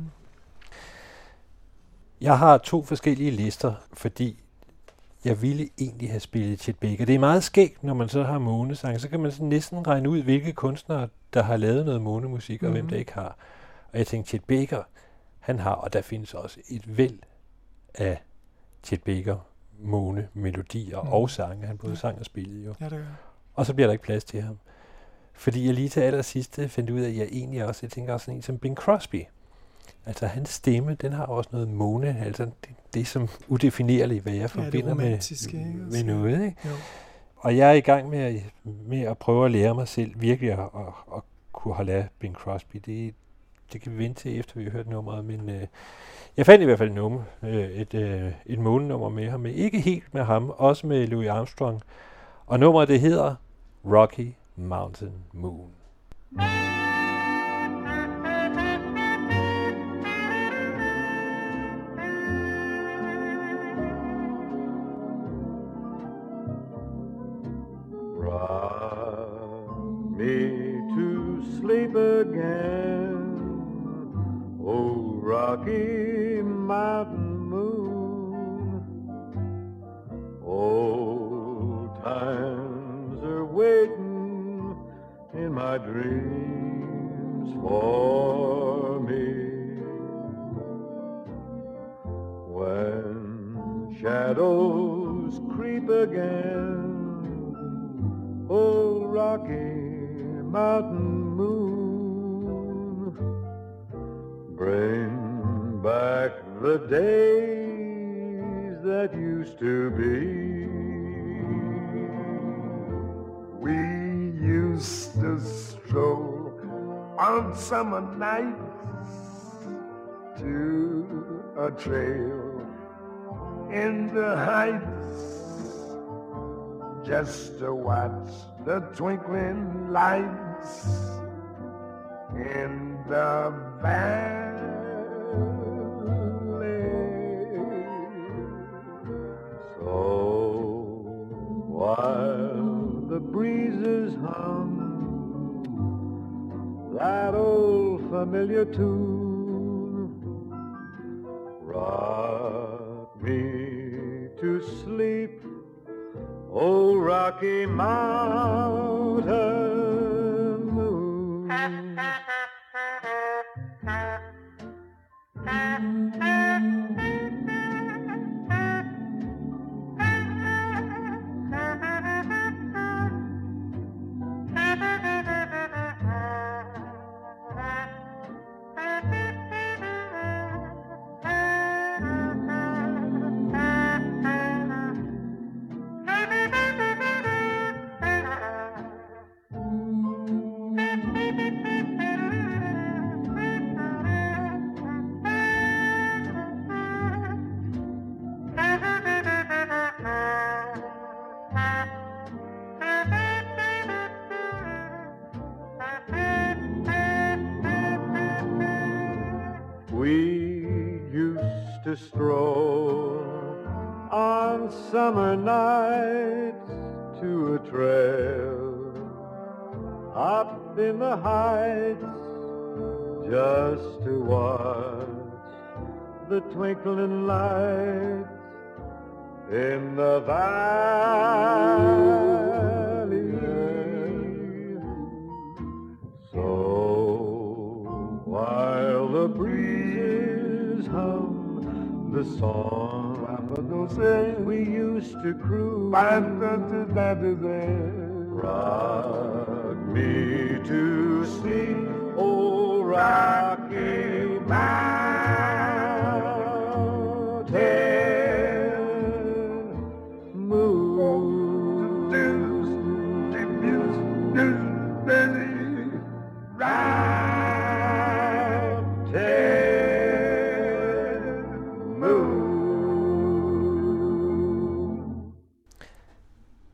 Jeg har to forskellige lister, fordi jeg ville egentlig have spillet Chet Baker. Det er meget skægt, når man så har månesang, så kan man sådan næsten regne ud, hvilke kunstnere, der har lavet noget månemusik, og Mhm. hvem der ikke har. Og jeg tænkte, Chet Baker, han har, og der findes også et væld af Chet Baker måne-melodier Mhm. og sange. Han både Ja. sang og spillede jo. Ja, det gør. Og så bliver der ikke plads til ham. Fordi jeg lige til allersidst fandt ud af, at jeg egentlig også, jeg tænker også sådan en som Bing Crosby. Altså hans stemme, den har også noget måne, altså det, det er som udefinerligt, hvad jeg det forbinder med, romantiske, ikke? med Altså, noget. Ikke? Jo. Og jeg er i gang med at, med at prøve at lære mig selv virkelig at, at, at kunne holde af Bing Crosby. Det, det kan vi vente til, efter vi har hørt nummeret, men øh, jeg fandt i hvert fald et, nummer, øh, et, øh, et månenummer med ham, men ikke helt med ham, også med Louis Armstrong. Og nummeret, det hedder Rocky Mountain Moon. Rock me to sleep again, oh Rocky Mountain Moon. Old times are waiting in my dreams for me. When shadows creep again, oh Rocky Mountain Moon, bring back the days that used to be. We used to stroll on summer nights to a trail in the heights, just to watch the twinkling lights in the valley. So while the breezes hum that old familiar tune, rock me to sleep, oh Rocky Mountain Moon. We used to stroll on summer nights to a trail up in the heights, just to watch the twinkling lights in the valley. So while the breezes hum the song we used to cruise, rock me to sleep, oh Rocky Mountain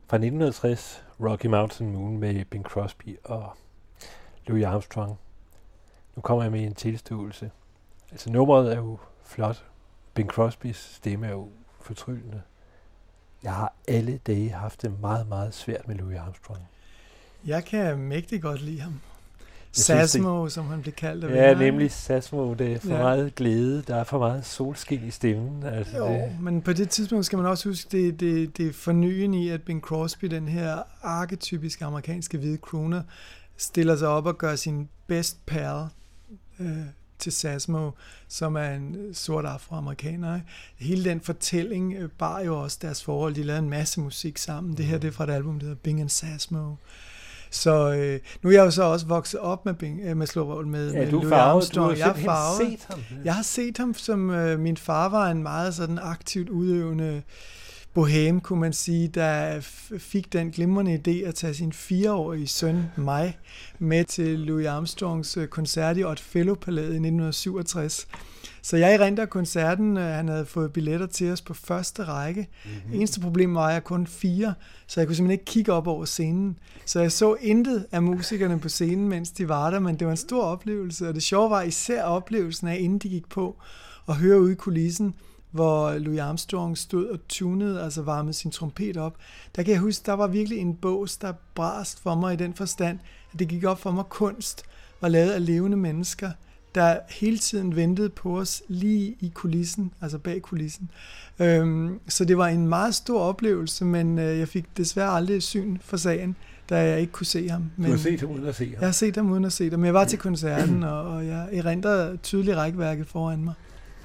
fra nitten tres, Rocky Mountain Moon med Bing Crosby og Louis Armstrong. Nu kommer jeg med en tilståelse. Altså nummeret er jo flot. Bing Crosbys stemme er jo fortryllende. Jeg har alle dage haft det meget, meget svært med Louis Armstrong. Jeg kan mægtig godt lide ham. Jeg Sasmo, det, som han blev kaldt. Af ja, vennerne. nemlig Sasmo. Det er for ja. meget glæde. Der er for meget solskin i stemmen. Altså jo, det. Men på det tidspunkt skal man også huske, det, det, det er fornyende i, at Bing Crosby, den her arketypiske amerikanske hvide crooner, stiller sig op og gør sin best pal øh, til Sasmo, som er en sort afroamerikaner. Ikke? Hele den fortælling øh, bar jo også deres forhold. De lavede en masse musik sammen. Det her det er fra et album, der hedder Bing and Sasmo. Så øh, nu er jeg jo så også vokset op med, Bing, øh, med Slåvold med, ja, med du Louis farvet. Armstrong. Du har jeg har set ham. Jeg har set ham som øh, min far var en meget sådan aktivt udøvende boheme, kunne man sige, der fik den glimrende idé at tage sin fireårige søn, mig, med til Louis Armstrongs koncert i Odd Fellow-palæet i nitten syvogtres. Så jeg erindrer koncerten, han havde fået billetter til os på første række. Mm-hmm. Eneste problem var, at jeg kun fire, så jeg kunne simpelthen ikke kigge op over scenen. Så jeg så intet af musikerne på scenen, mens de var der, men det var en stor oplevelse, og det sjove var især oplevelsen af, inden de gik på, og høre ude i kulissen, hvor Louis Armstrong stod og tunede, altså varmede sin trompet op. Der kan jeg huske, der var virkelig en bås, der brast for mig i den forstand, at det gik op for mig, kunst var lavet af levende mennesker, der hele tiden ventede på os lige i kulissen, altså bag kulissen. Øhm, så det var en meget stor oplevelse, men øh, jeg fik desværre aldrig syn for sagen, da jeg ikke kunne se ham. Men du har set ham uden at se ham? Jeg har set ham uden at se ham, men jeg var til koncerten, og, og jeg erindrede tydeligt rækværket foran mig.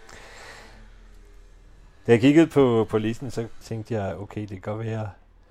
Da jeg kiggede på, på listen, så tænkte jeg, okay, det kan godt være,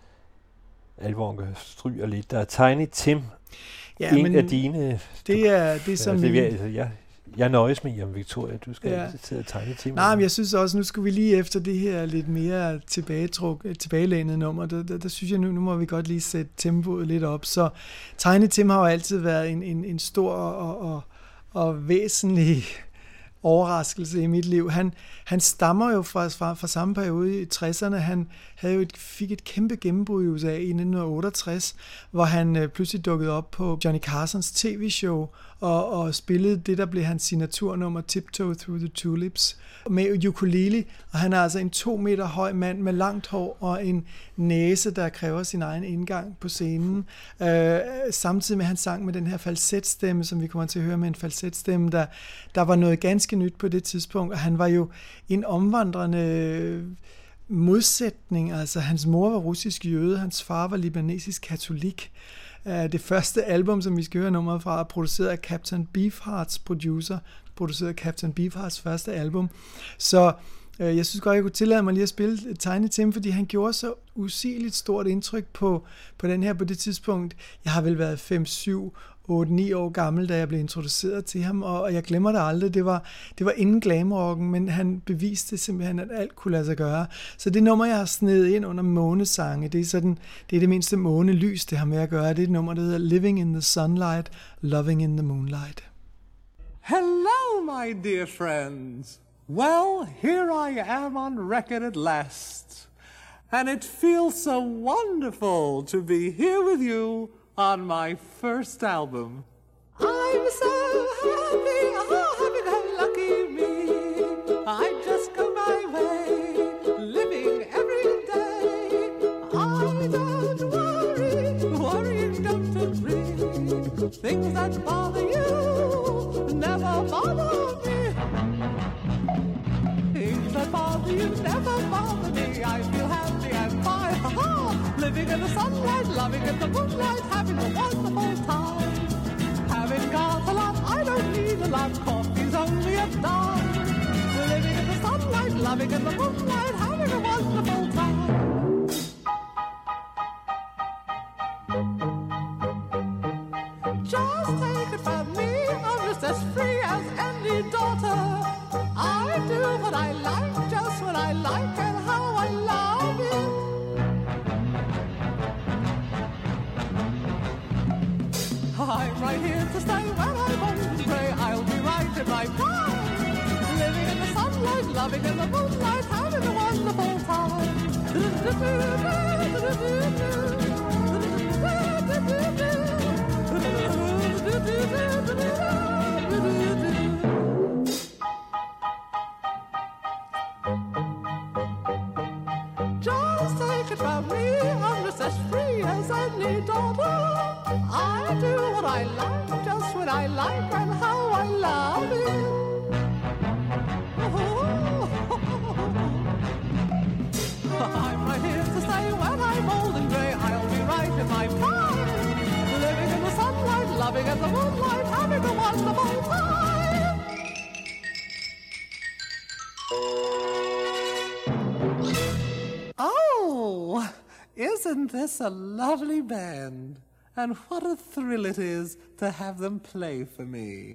alvoren stryger lidt. Der er Tiny Tim, ja, en af dine... Det er, det er som altså, min... altså, jeg, jeg nøjes med, om Victoria, du skal ja. Citere Tiny Tim. Nej, men jeg synes også, nu skal vi lige efter det her lidt mere tilbagetruk, tilbagelænet nummer, der, der, der synes jeg nu, nu må vi godt lige sætte tempoet lidt op. Så Tiny Tim har jo altid været en, en, en stor og, og, og væsentlig overraskelse i mit liv. Han, han stammer jo fra, fra, fra samme periode i tresserne. Han havde jo et, fik et kæmpe gennembrud i U S A i nitten otteogtres, hvor han øh, pludselig dukkede op på Johnny Carsons tv-show og, og spillede det, der blev hans signaturnummer Tiptoe Through the Tulips med ukulele. Og han er altså en to meter høj mand med langt hår og en næse, der kræver sin egen indgang på scenen. Øh, samtidig med, at han sang med den her falsetstemme, som vi kommer til at høre med en falsetstemme, der, der var noget ganske nyt på det tidspunkt. Og han var jo en omvandrende modsætning. Altså, hans mor var russisk jøde, hans far var libanesisk katolik. Det første album, som vi skal høre nummeret fra, er produceret af Captain Beefhearts producer, produceret Captain Beefhearts første album. Så øh, jeg synes godt, jeg kunne tillade mig lige at spille Tiny Tim, fordi han gjorde så usigeligt stort indtryk på, på den her på det tidspunkt. Jeg har vel været fem, syv, otte, ni år gammel, da jeg blev introduceret til ham, og jeg glemmer det aldrig. Det var, det var inden glamrocken, men han beviste simpelthen, at alt kunne lade sig gøre. Så det nummer, jeg har snedet ind under månesange, det er, sådan, det, er det mindste månelys, det har med at gøre. Det er et nummer, der hedder Living in the Sunlight, Loving in the Moonlight. Hello, my dear friends. Well, here I am on record at last. And it feels so wonderful to be here with you on my first album. I'm so happy, oh, happy, how lucky me. I just go my way, living every day. I don't worry, worrying don't agree. Things that bother you never bother me. Things that bother you never bother me. I feel happy and fine, ha-ha. Living in the sunlight, loving in the moonlight, having a wonderful time. Having got a lot, I don't need a lot, coffee's only a dime. Living in the sunlight, loving in the moonlight, having a wonderful time. Just take it from me, I'm just as free as any daughter. I do what I like, just what I like, and how I love it. I'm right here to stay when I won't pray. I'll be right in my prime. Living in the sunlight, loving in the moonlight, having a wonderful time. Just take it from me, I'm just as free as any daughter. I do what I like, just when I like, and how I love it. I'm right here to stay when I'm old and grey. I'll be right in my prime, living in the sunlight, loving in the moonlight, having a wonderful time. Oh, isn't this a lovely band? And what a thrill it is to have them play for me.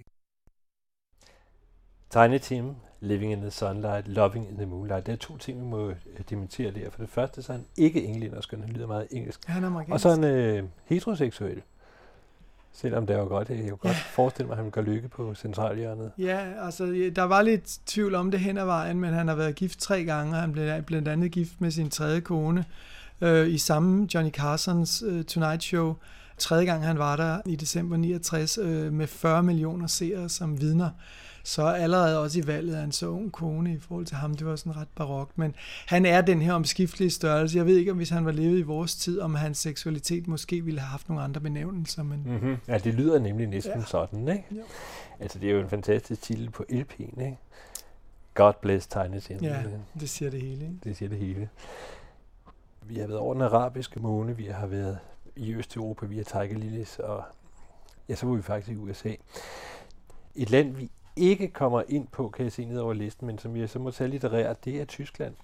Tiny Tim, Living in the Sunlight, Loving in the Moonlight. Det er to ting, vi må øh, dementere der. For det første, så er han ikke engelsk, han lyder meget engelsk. Han er amerikansk. Og så er han øh, heteroseksuel. Selvom det er jo godt, jeg kan jo godt forestille mig, at han gør lykke på centralhjørnet. Ja, altså der var lidt tvivl om det hen ad vejen, men han har været gift tre gange, og han blev blandt andet gift med sin tredje kone øh, i samme Johnny Carsons øh, Tonight Show. Tredje gang han var der i december niogtres øh, med fyrre millioner seere som vidner. Så allerede også i valget af en så ung kone i forhold til ham, det var sådan ret barokt. Men han er den her omskiftelige størrelse. Jeg ved ikke, om hvis han var levet i vores tid, om hans seksualitet måske ville have haft nogle andre benævnelser. Men... Mm-hmm. Ja, det lyder nemlig næsten ja. sådan, ikke? Jo. Altså, det er jo en fantastisk titel på L P'en, ikke? God bless Tiny Tim. Ja, det siger det hele, ikke? Det siger det hele. Vi har været over den arabiske måne, vi har været i Østeuropa via Tiger Lilies, og ja, så var vi faktisk i U S A. Et land, vi ikke kommer ind på, kan jeg se ned over listen, men som jeg så må tage litterært, det er Tyskland.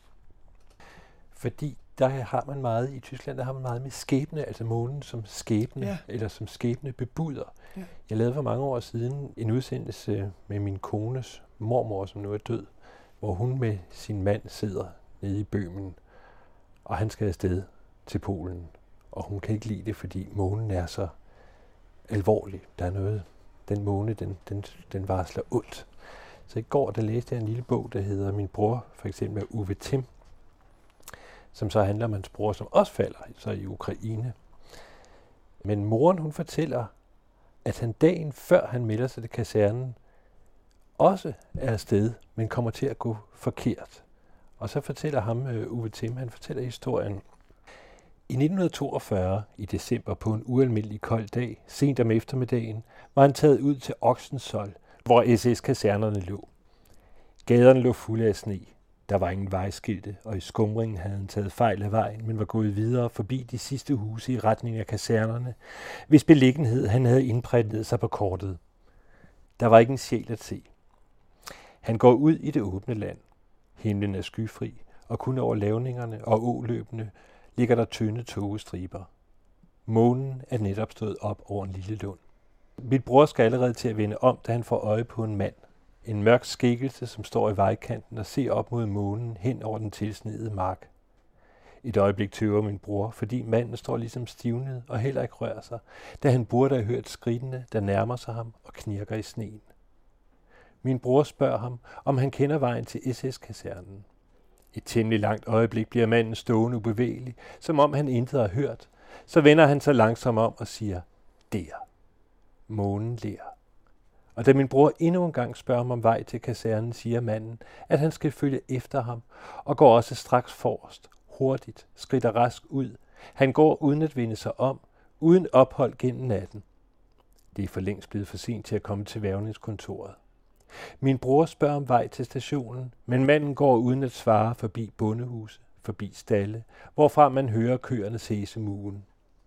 Fordi der har man meget, i Tyskland, der har man meget med skæbne, altså månen som skæbne, ja. eller som skæbne bebuder. Ja. Jeg lavede for mange år siden en udsendelse med min kones mormor, som nu er død, hvor hun med sin mand sidder nede i Bøhmen, og han skal afsted til Polen. Og hun kan ikke lide det, fordi månen er så alvorlig. Der er noget, den måne, den, den, den varsler ondt. Så i går, der læste jeg en lille bog, der hedder Min bror, for eksempel af Uwe Timm, som så handler om hans bror, som også falder så i Ukraine. Men moren, hun fortæller, at han dagen før han melder sig til kasernen, også er afsted, men kommer til at gå forkert. Og så fortæller ham, uh, Uwe Timm, han fortæller historien. I nitten toogfyrre, i december på en ualmindelig kold dag, sent om eftermiddagen, var han taget ud til Oxensoll, hvor S S-kasernerne lå. Gaderne lå fulde af sne. Der var ingen vejskilte, og i skumringen havde han taget fejl af vejen, men var gået videre forbi de sidste huse i retning af kasernerne, hvis beliggenhed han havde indprintet sig på kortet. Der var ikke en sjæl at se. Han går ud i det åbne land. Himlen er skyfri, og kun over lavningerne og åløbene ligger der tynde togestriber. Månen er netop stået op over en lille lund. Mit bror skal allerede til at vende om, da han får øje på en mand. En mørk skikkelse, som står i vejkanten og ser op mod månen hen over den tilsnedede mark. Et øjeblik tøver min bror, fordi manden står ligesom stivnet og heller ikke rører sig, da han burde have hørt skridtene, der nærmer sig ham og knirker i sneen. Min bror spørger ham, om han kender vejen til S S-kasernen. Et temmelig langt øjeblik bliver manden stående ubevægelig, som om han intet har hørt. Så vender han sig langsomt om og siger, der. Månen ler. Og da min bror endnu en gang spørger ham om vej til kasernen, siger manden, at han skal følge efter ham, og går også straks forrest, hurtigt, skrider rask ud. Han går uden at vende sig om, uden ophold gennem natten. Det er for længst blevet for sent til at komme til værvningskontoret. Min bror spørger om vej til stationen, men manden går uden at svare forbi bondehuse, forbi stalle, hvorfra man hører køernes hæsemugen.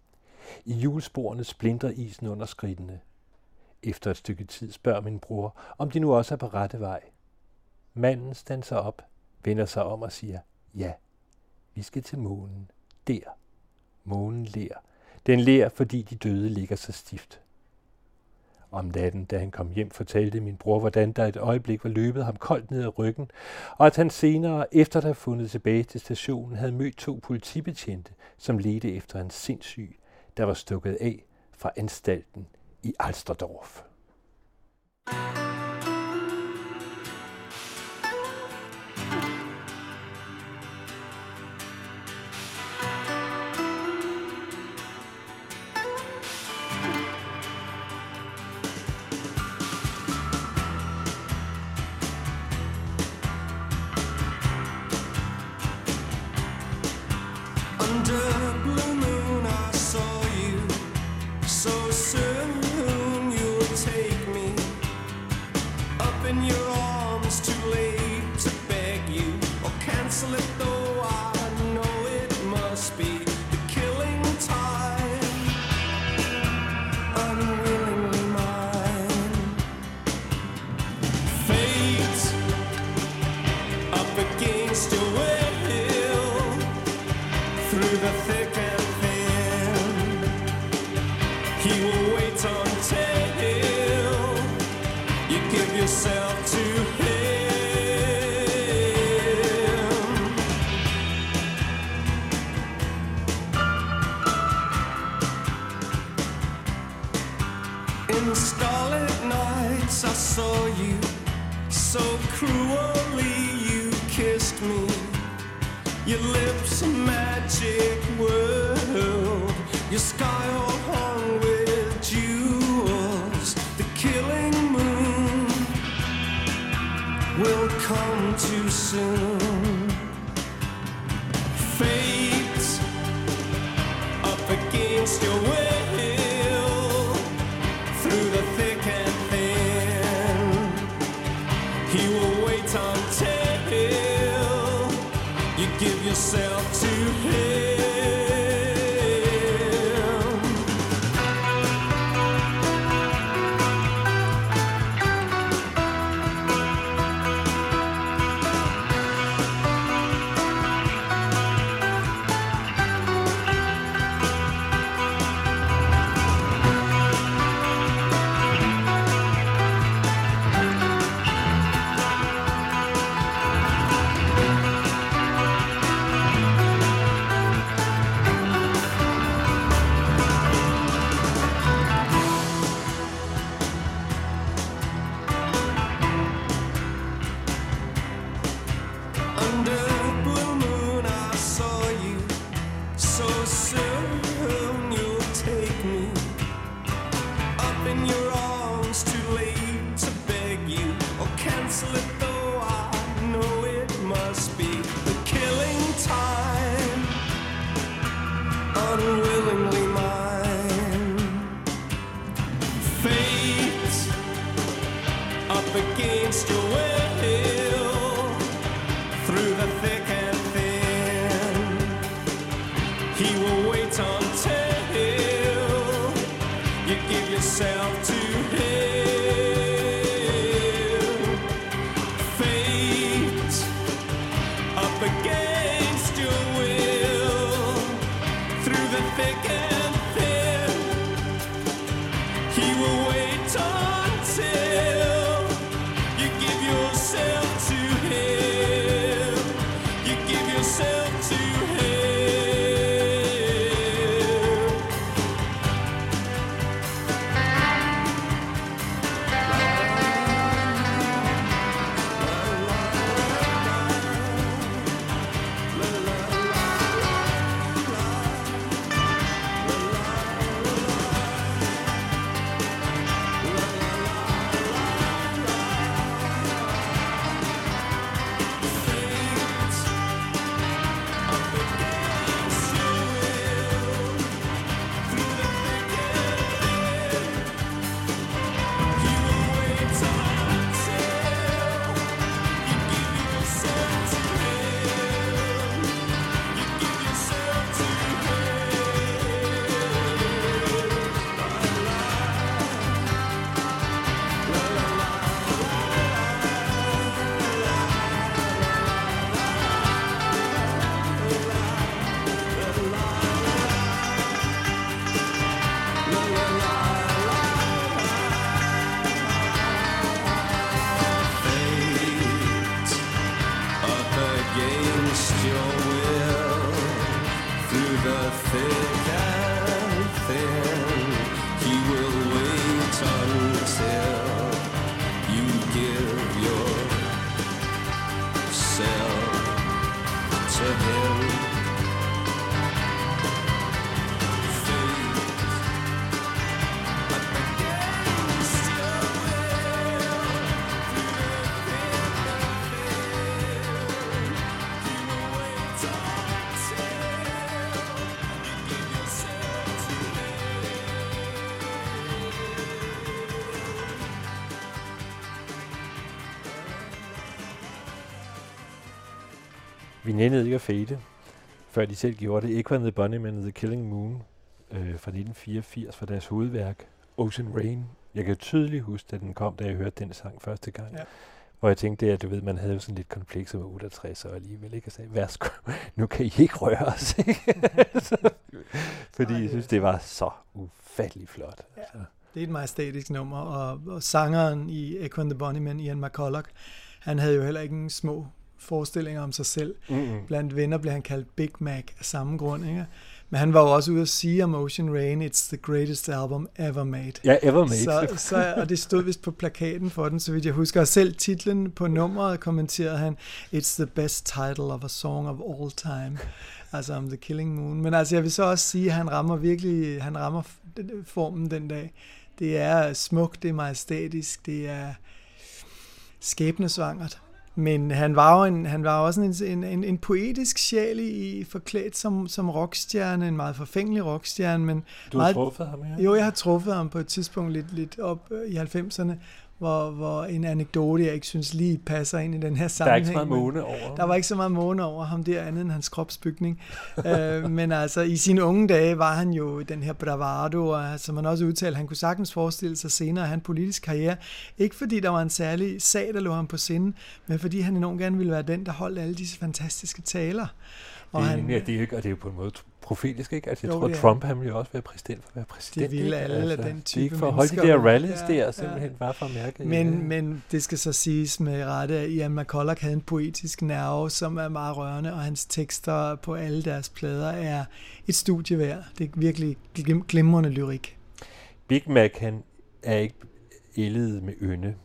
I hjulsporene splintrer isen under skridtene. Efter et stykke tid spørger min bror, om de nu også er på rette vej. Manden standser op, vender sig om og siger, ja, vi skal til månen. Der. Månen ler. Den ler, fordi de døde ligger så stift. Om natten, da han kom hjem, fortalte min bror, hvordan der et øjeblik var løbet ham koldt ned ad ryggen, og at han senere, efter at have fundet tilbage til stationen, havde mødt to politibetjente, som ledte efter en sindssyg, der var stukket af fra anstalten i Alsterdorf. He will wait until you give yourself to him. In starlit nights I saw you, so cruelly you kissed me. Your lips a magic world, your sky all hung with jewels. The killing moon will come too soon. Fate up against your will, through the thick and thin. He will wait until you give yourself to him. Vi nændede ikke at fade, før de selv gjorde det. Ikke var The Bunnymen og The Killing Moon øh, fra nitten fireogfirs fra deres hovedværk, Ocean Rain. Jeg kan tydeligt huske, at den kom, da jeg hørte den sang første gang. Ja. Hvor jeg tænkte, det at du ved, man havde jo sådan lidt komplekser med otteogtres og alligevel ikke, og sagde, værsgo, nu kan I ikke røre os, ikke? Fordi jeg synes, det var så ufattelig flot. Ja. Altså. Det er et majestætisk nummer, og, og sangeren i Echo and the Bunnymen, Ian McCulloch, han havde jo heller ikke en små forestillinger om sig selv. Mm-hmm. Blandt venner blev han kaldt Big Mac af samme grund, ikke? Men han var jo også ude at sige om Ocean Rain, it's the greatest album ever made. Ja, ever made. Så, så, og det stod vist på plakaten for den, så vidt jeg husker. Og selv titlen på nummeret kommenterede han, it's the best title of a song of all time. Altså om The Killing Moon. Men altså jeg vil så også sige, at han rammer virkelig, han rammer formen den dag. Det er smukt, det er majestætisk, det er skæbnesvangert. Men han var jo en, han var også en, en, en poetisk sjæl i forklædt som, som rockstjerne, en meget forfængelig rockstjerne. Men du har meget, truffet ham, ja? Jo, jeg har truffet ham på et tidspunkt lidt, lidt op i halvfemserne, hvor, hvor en anekdote, jeg ikke synes lige passer ind i den her sammenhæng. Der er ikke så meget måne over. Der var ikke så meget måne over ham der, andet end hans kropsbygning. uh, men altså, i sine unge dage var han jo den her bravado, og som man også udtalte, han kunne sagtens forestille sig senere at have en politisk karriere. Ikke fordi der var en særlig sag, der lå ham på sinden, men fordi han enormt gerne ville være den, der holdt alle disse fantastiske taler. Og det, er, han, ja, det er jo, og det er jo på en måde profetisk, ikke? Altså, jeg jo, tror, at Trump, han ville jo også være præsident for at være præsident. Det ville alle altså, af den type det er ikke for at holde de der rallies ja, der, simpelthen ja. Bare for at mærke. Men, ja. men det skal så siges med rette, at Ian McCulloch havde en poetisk nerve, som er meget rørende, og hans tekster på alle deres plader er et studie værd. Det er virkelig glimrende lyrik. Big Mac, han er ikke ældet med ynde.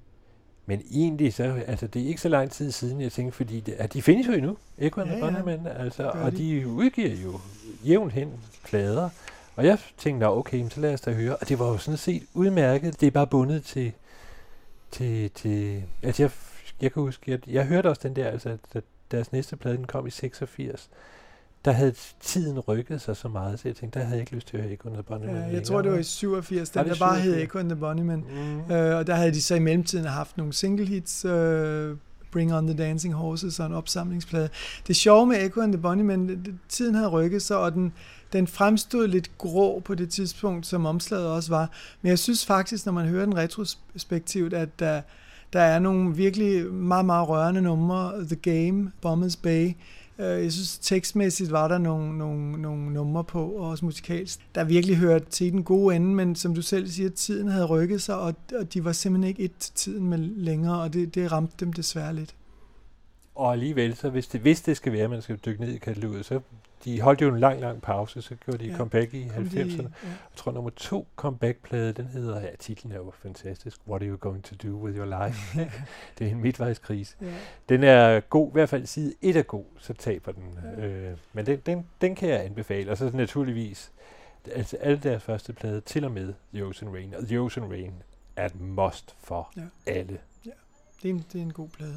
Men egentlig, så, altså, det er ikke så lang tid siden, jeg tænkte, fordi det, at de findes jo endnu, Echo and the Bunnymen, altså, og de udgiver jo jævnt hen plader. Og jeg tænkte, okay, så lad os da høre. Og det var jo sådan set udmærket. Det er bare bundet til, til, til altså jeg, jeg kan huske, jeg, jeg hørte også den der, altså, da deres næste plade, den kom i seksogfirs. Der havde tiden rykket sig så meget, så jeg tænkte, der havde jeg ikke lyst til at høre Echo and the Bunnymen. Ja, jeg tror, det var i syvogfirs, den der bare hed Echo and the Bunnymen. Mm. Øh, og der havde de så i mellemtiden haft nogle single hits, øh, Bring on the Dancing Horses og en opsamlingsplade. Det sjove med Echo and the Bunnymen, tiden havde rykket sig, og den, den fremstod lidt grå på det tidspunkt, som omslaget også var. Men jeg synes faktisk, når man hører den retrospektivt, at der, der er nogle virkelig meget, meget rørende numre. The Game, Bombers Bay. Jeg synes, tekstmæssigt var der nogle, nogle, nogle numre på, og også musikalsk, der virkelig hørte til den gode ende, men som du selv siger, tiden havde rykket sig, og, og de var simpelthen ikke et til tiden med længere, og det, det ramte dem desværre lidt. Og alligevel, så hvis det, hvis det skal være, at man skal dykke ned i kataloget, så de holdt jo en lang, lang pause, så gjorde de ja. comeback i halvfemserne. Ja. Jeg tror, nummer to comeback-plade, den hedder, ja, titlen er jo fantastisk, What are you going to do with your life? Det er en midtvejskrise. Ja. Den er god, i hvert fald side et er god, så taber den. Ja. Øh, men den, den, den kan jeg anbefale, og så naturligvis, altså alle deres første plade, til og med The Ocean Rain, og The Ocean Rain er et must for ja. alle. Ja, det er, en, det er en god plade.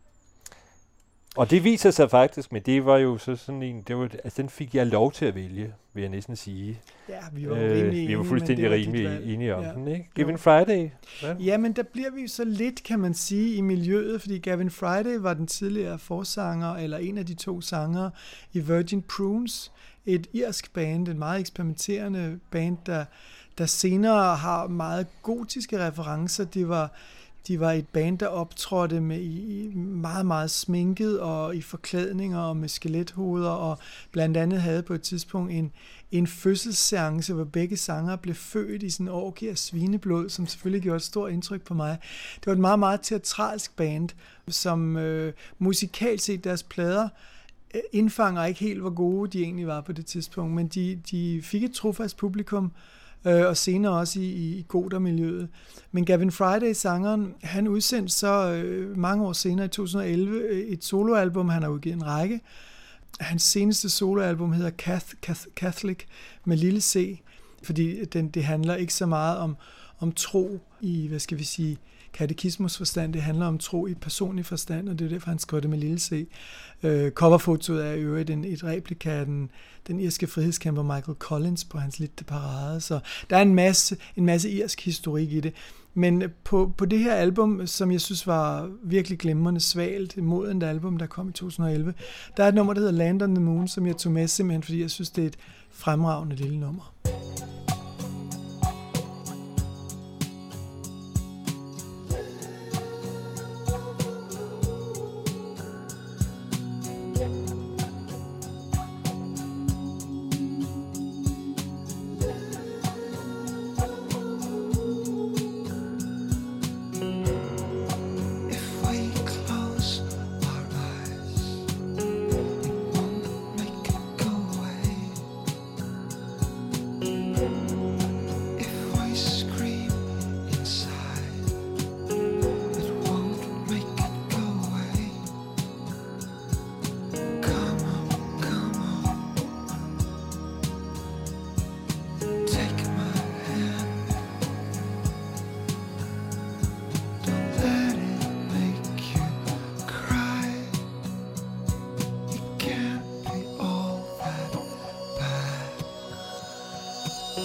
Og det viser sig faktisk, men det var jo så sådan en, det var, altså den fik jeg lov til at vælge, vil jeg næsten sige. Ja, vi var øh, rimelig Vi var fuldstændig rimelig enige om ja. den, ikke? Given Friday. Ja? ja, men der bliver vi så lidt, kan man sige, i miljøet, fordi Gavin Friday var den tidligere forsanger, eller en af de to sangere i Virgin Prunes, et irsk band, et meget eksperimenterende band, der, der senere har meget gotiske referencer. Det var De var et band, der optrådte med i meget, meget sminket og i forklædninger og med skelethoveder, og blandt andet havde på et tidspunkt en, en fødselsseance, hvor begge sangere blev født i sådan en orgie af svineblod, som selvfølgelig gjorde et stort indtryk på mig. Det var et meget, meget teatralsk band, som øh, musikalt set deres plader øh, indfanger ikke helt, hvor gode de egentlig var på det tidspunkt, men de, de fik et trofast publikum, og senere også i, i Goder-miljøet. Men Gavin Friday, sangeren, han udsendte så øh, mange år senere, i to tusind og elleve, et soloalbum. Han har udgivet en række. Hans seneste soloalbum hedder Cath, Cath, Catholic med lille c, fordi den, det handler ikke så meget om, om tro i, hvad skal vi sige, katekismus forstand. Det handler om tro i personlig forstand, og det er derfor, han skriver det med lille c. Øh, coverfotoet er i øvrigt en, et replika af den, den irske frihedskæmper Michael Collins på hans lille parade. Så der er en masse, en masse irsk historik i det. Men på, på det her album, som jeg synes var virkelig glimrende svalt, modent album, der kom i to tusind og elleve, der er et nummer, der hedder Land on the Moon, som jeg tog med simpelthen, fordi jeg synes, det er et fremragende lille nummer.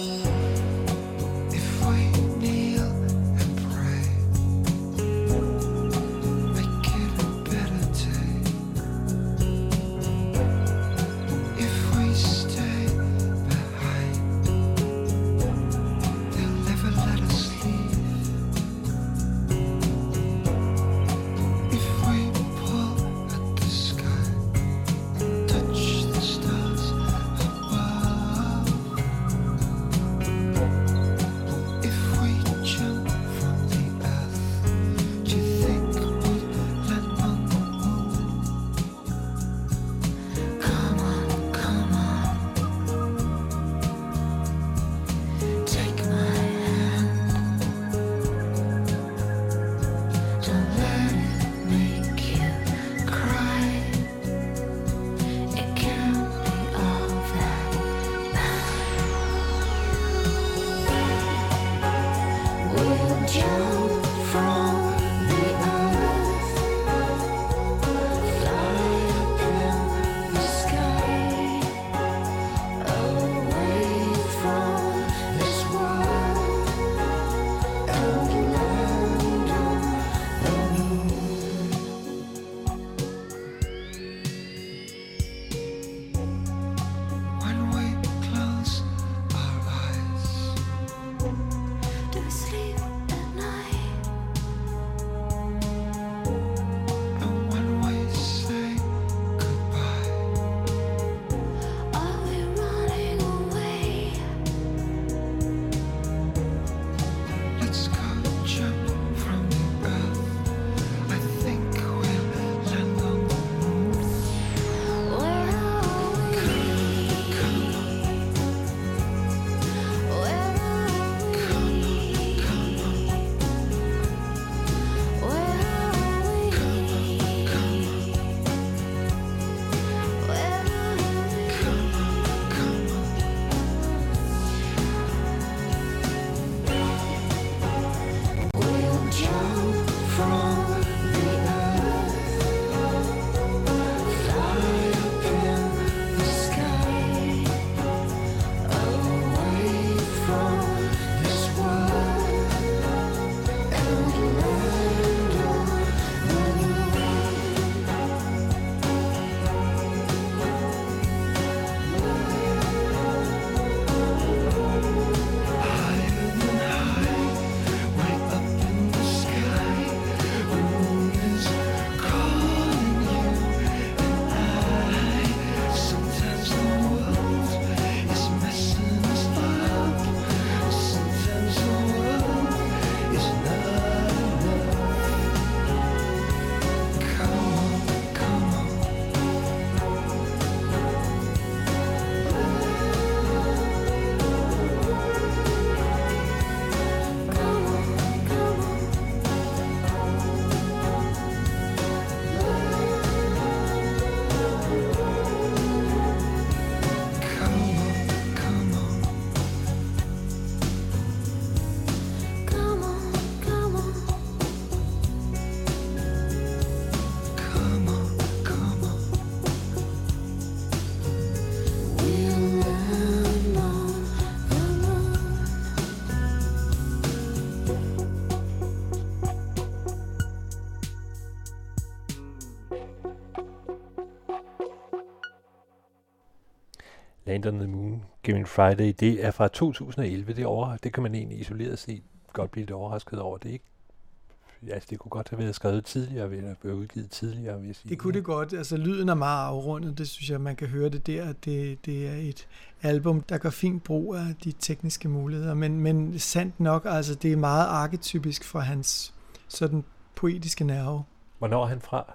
Land on the Moon, Given Friday, det er fra to tusind og elleve. Det, over, det kan man egentlig isoleret set godt blive lidt overrasket over. Det er ikke, altså det kunne godt have været skrevet tidligere, eller været udgivet tidligere, vil jeg sige. Det kunne det godt. Altså lyden er meget afrundet, det synes jeg, man kan høre det der. Det, det er et album, der gør fint brug af de tekniske muligheder, men, men sandt nok, altså det er meget arketypisk for hans sådan poetiske nerve. Hvornår er han fra?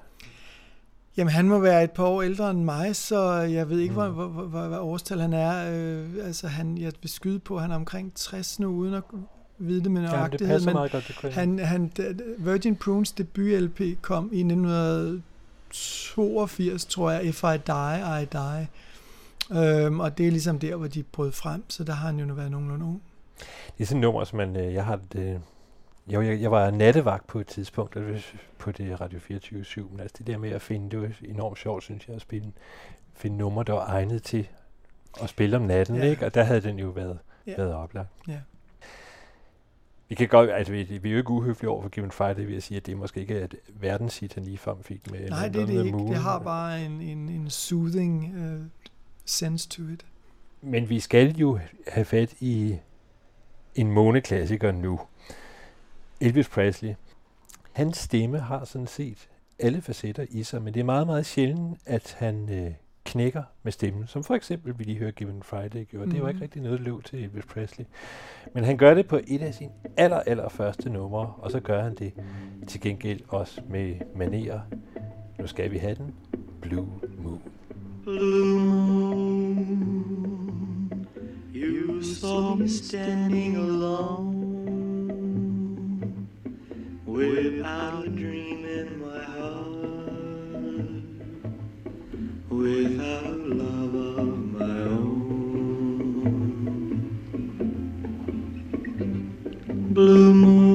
Jamen, han må være et par år ældre end mig, så jeg ved ikke, mm. hvor, hvor, hvor, hvad årstal han er. Øh, altså, han, jeg vil skyde på, han er omkring tres nu, uden at vide det med nøjagtighed. Ja, det passer meget godt, det han, han, Virgin Prunes debut-L P kom i nitten toogfirs, tror jeg, If I Die, I Die. Øhm, og det er ligesom der, hvor de brød frem, så der har han jo været nogenlunde ung. Det er sådan et nummer, som man, jeg har det... Jo, jeg, jeg var nattevagt på et tidspunkt på det Radio fireogtyve syv, men altså det der med at finde, det var enormt sjovt, synes jeg, at spille, finde numre, der var egnet til at spille om natten, ja. Ikke? Og der havde den jo været Ja. været oplagt. Ja. Vi kan godt, altså vi, vi er jo ikke uhøflige over for Given Friday ved at sige, at det måske ikke er et verdenshit, han ligefrem fik med. Nej, det er det ikke. Det har bare en, en, en soothing uh, sense to it. Men vi skal jo have fat i en måneklassiker nu. Elvis Presley. Hans stemme har sådan set alle facetter i sig, men det er meget, meget sjældent, at han øh, knækker med stemmen, som for eksempel vi lige hørte Given Friday gjorde. Mm. Det var ikke rigtig noget løb til Elvis Presley. Men han gør det på et af sine aller, aller første numre, og så gør han det til gengæld også med manerer. Nu skal vi have den. Blue Moon. Blue moon, you saw me standing alone, without a dream in my heart, without a love of my own. Blue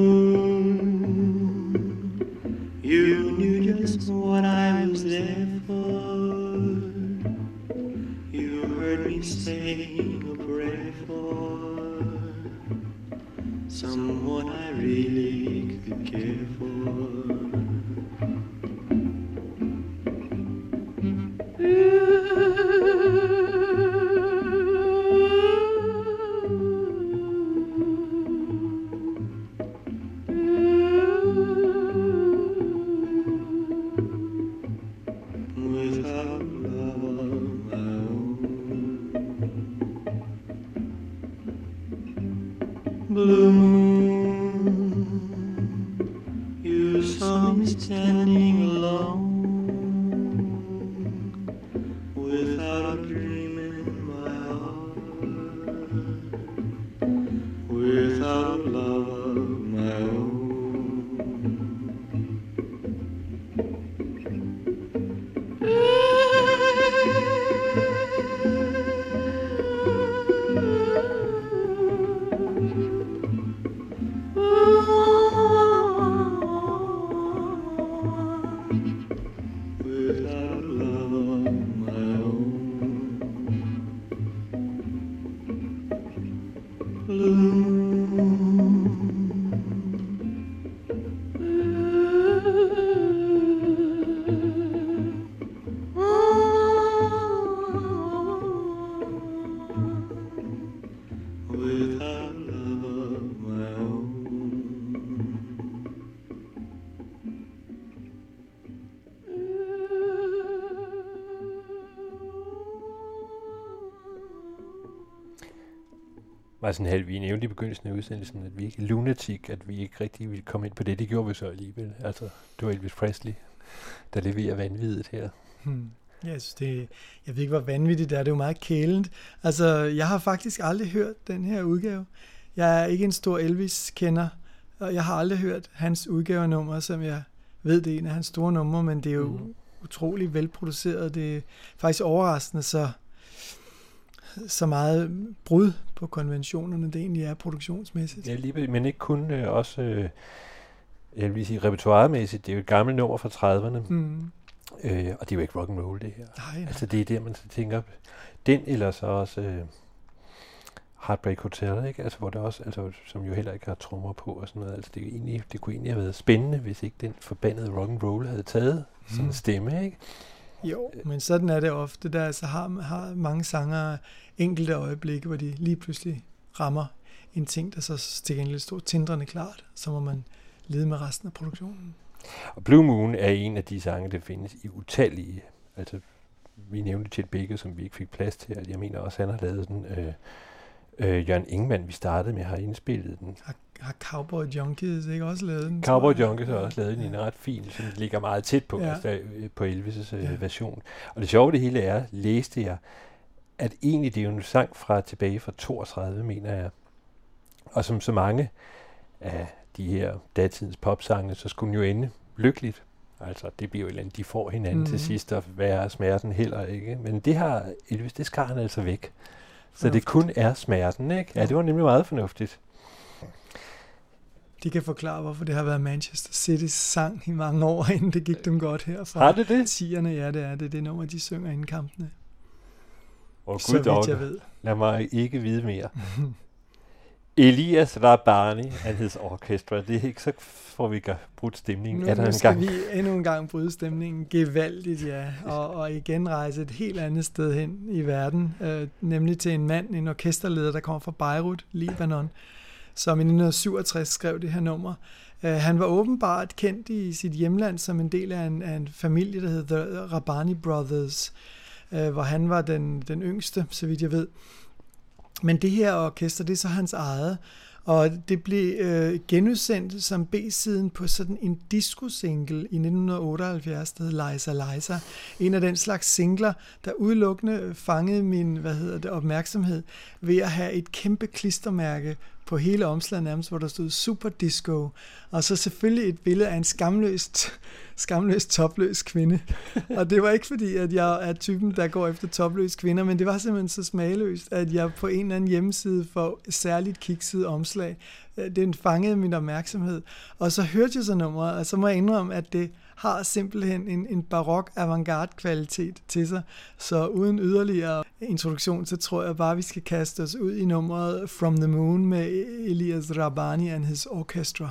moon, you knew just what I was there for. You heard me saying a prayer for someone I really could care for. Without love of my own. Blue moon, you saw me standing alone, without a dream in my heart, without a love of my own. Without love of my own. Blue moon, without love of my own. Martin Hall, vi nævnte i begyndelsen af udsendelsen, at vi ikke er lunatic, at vi ikke rigtig ville komme ind på det. Det gjorde vi så alligevel. Altså, det var Elvis Presley, der leverer vanvittigt her. Hmm. Jeg synes, det, jeg ved ikke, hvor vanvittigt det er. Det er jo meget kælent. Altså, jeg har faktisk aldrig hørt den her udgave. Jeg er ikke en stor Elvis-kender, og jeg har aldrig hørt hans udgavenummer, som jeg ved, det er en af hans store numre, men det er jo mm. utrolig velproduceret. Det er faktisk overraskende, så så meget brud på konventionerne, det egentlig er produktionsmæssigt. Ja, lige, men ikke kun øh, også, øh, jeg vil sige, repertoiremæssigt. Det er jo et gammelt nummer fra trediverne, mm. øh, og det er jo ikke rock'n'roll, det her. Nej, nej. Altså, det er der, man så tænker, den eller så også øh, Heartbreak Hotel, ikke? Altså, hvor det også, altså, som jo heller ikke har trommer på og sådan noget. Altså, det, er egentlig, det kunne egentlig have været spændende, hvis ikke den forbandede rock'n'roll havde taget mm. sådan en stemme, ikke? Jo, men sådan er det ofte. Der altså har, har mange sangere enkelte øjeblikke, hvor de lige pludselig rammer en ting, der så stikker en lidt stor tindrende klart, så må man lede med resten af produktionen. Og Blue Moon er en af de sange, der findes i utallige. Altså, vi nævnte Chet Baker, som vi ikke fik plads til, og jeg mener også, han har lavet den. Øh, øh, Jørgen Ingmann, vi startede med, har indspillet den. Har, har Cowboy Junkies ikke også lavet den? Cowboy Junkies har også lavet den i en ret fin, som ligger meget tæt på, ja. altså, på Elvis' øh, ja. version. Og det sjove det hele er, læste jeg, at egentlig det er jo en sang fra tilbage fra toogtredive, mener jeg. Og som så mange af de her datidens popsange, så skulle den jo ende lykkeligt. Altså, det bliver jo et eller andet, de får hinanden mm. til sidst, og hvad er smerten heller ikke. Men det har Elvis, det skar han altså væk. Så fornuftigt. Det kun er smerten, ikke? Ja, det var nemlig meget fornuftigt. De kan forklare, hvorfor det har været Manchester City's sang i mange år, inden det gik dem godt her. Fra har det det? tierne, ja, det er det. Det er nummer, de synger inden kampene. Åh, så vidt jeg ved. Lad mig ikke vide mere. Elias Rabani and his orchestra. Det er ikke så, får vi ikke brudt stemningen. Nu, er der nu en skal gang? vi endnu en gang bryde stemningen gevaldigt, ja, og, og igen rejse et helt andet sted hen i verden, øh, nemlig til en mand, en orkesterleder, der kommer fra Beirut, Libanon, som i nitten syvogtres skrev det her nummer. Uh, han var åbenbart kendt i sit hjemland som en del af en, af en familie, der hed The Rabani Brothers, uh, hvor han var den, den yngste, så vidt jeg ved. Men det her orkester, det er så hans eget, og det blev øh, genudsendt som B-siden på sådan en disco-single i nitten otteoghalvfjerds, der hed Liza Liza. En af den slags singler, der udelukkende fangede min hvad hedder det, opmærksomhed ved at have et kæmpe klistermærke på hele omslaget nærmest, hvor der stod Super Disco, og så selvfølgelig et billede af en skamløst, skamløst topløs kvinde. Og det var ikke fordi, at jeg er typen, der går efter topløse kvinder, men det var simpelthen så smagløst, at jeg på en eller anden hjemmeside får særligt kikset omslag. Den fangede min opmærksomhed. Og så hørte jeg så nummeret, og så må jeg indrømme, at det har simpelthen en, en barok avantgarde kvalitet til sig. Så uden yderligere introduktion, så tror jeg bare, vi skal kaste os ud i nummeret From the Moon med Elias Rabani and his orchestra.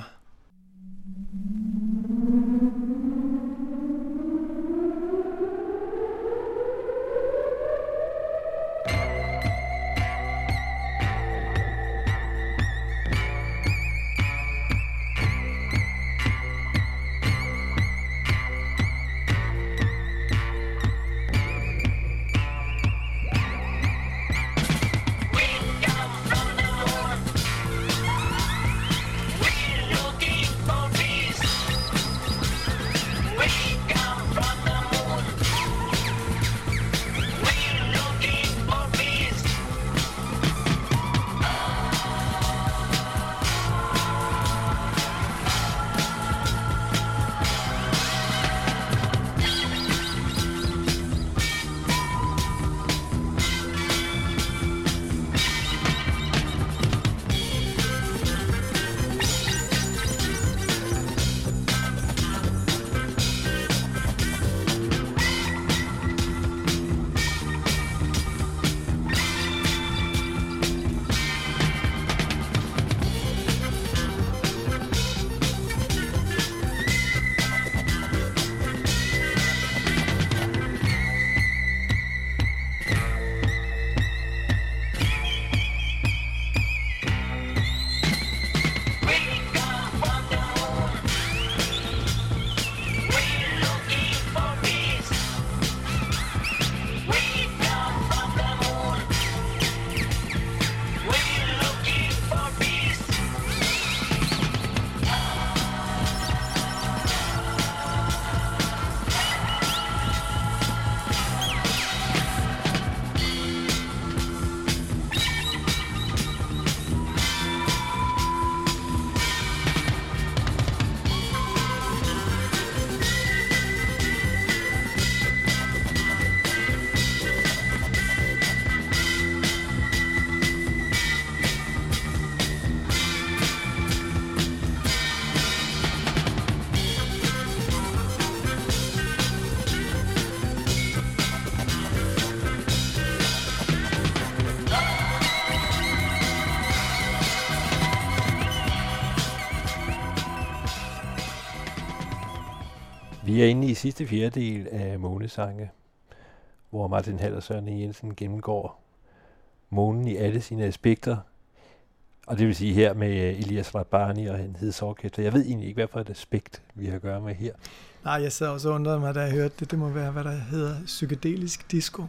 Vi er inde i sidste fjerdedel af Månesange, hvor Martin Hall og Søren E. Jensen gennemgår månen i alle sine aspekter. Og det vil sige her med Elias Rabani og hans orkester. Jeg ved egentlig ikke, hvad for et aspekt vi har at gøre med her. Nej, jeg sad også og undrede mig, da jeg hørte det. Det må være, hvad der hedder psykedelisk disco.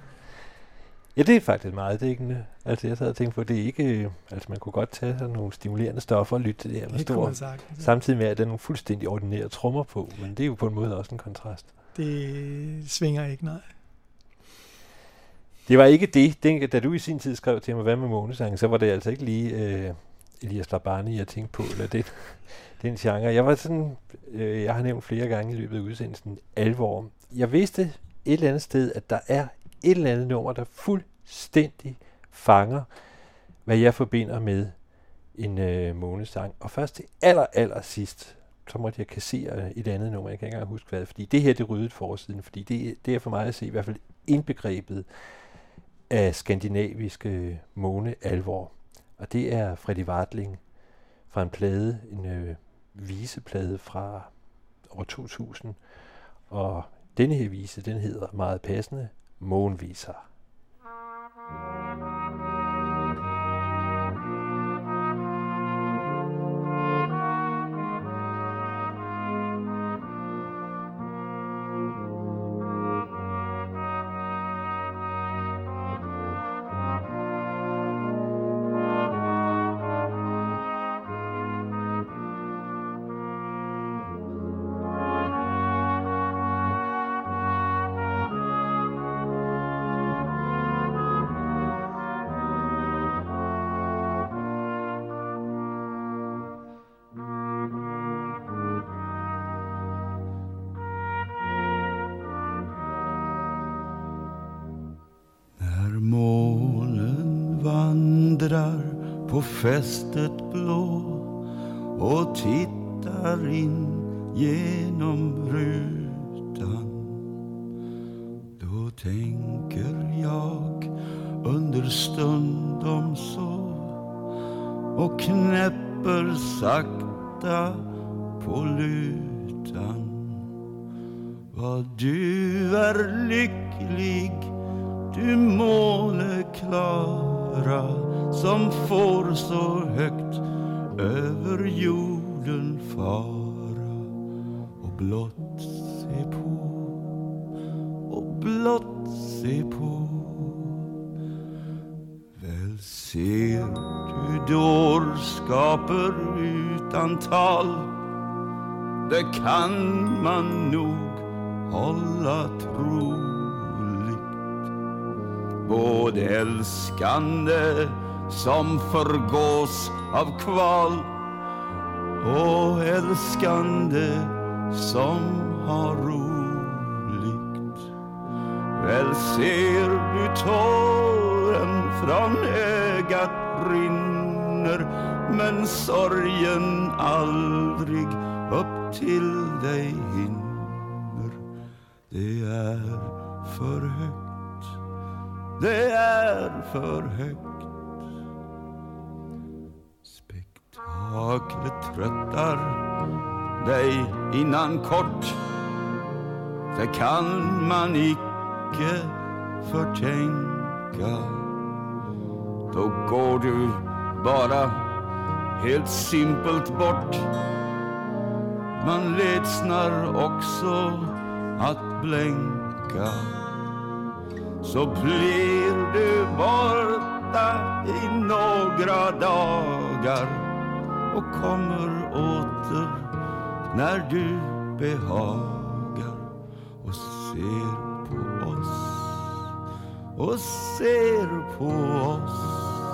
Ja, det er faktisk meget dækkende. Altså, jeg sad og tænkte på, det er ikke... Altså, man kunne godt tage sådan nogle stimulerende stoffer og lytte til det her med stor... Samtidig med, at der er nogle fuldstændig ordinære trommer på. Men det er jo på en måde også en kontrast. Det svinger ikke, nej. Det var ikke det. Den, da du i sin tid skrev til mig, hvad med Månesange, så var det altså ikke lige øh, Elias Rabani, jeg tænkte på, eller den, den genre. Jeg var sådan... Øh, jeg har nævnt flere gange i løbet af udsendelsen alvor. Jeg vidste et eller andet sted, at der er et eller andet nummer, der fuldstændig fanger, hvad jeg forbinder med en øh, månesang. Og først til aller, aller sidst, så måtte jeg kassere et andet nummer, jeg kan ikke engang huske hvad, fordi det her, det ryddede forsiden, fordi det, det er for mig at se i hvert fald indbegrebet af skandinaviske månealvor. Og det er Freddy Wartling fra en plade, en øh, viseplade fra år to tusind. Og denne her vise, den hedder meget passende Måneviser. På fästet blå och tittar in genom rutan. Då tänker jag understundom så och knäpper sakta på lutan. Vad du är lycklig, du måne klara, som får så högt över jorden fara och blott se på, och blott se på. Väl ser du dårskaper utan tal, det kan man nog hålla troligt. Både älskande som förgås av kval och älskande som har roligt. Väl ser du tåren från ögat rinner, men sorgen aldrig upp till dig hinner. Det är för högt, det är för högt. Spektaklet tröttar dig innan kort, det kan man icke förtänka. Då går du bara helt simpelt bort. Man ledsnar också att blänka. Så blir du borta i några dagar och kommer åter när du behagar och ser på oss, och ser på oss.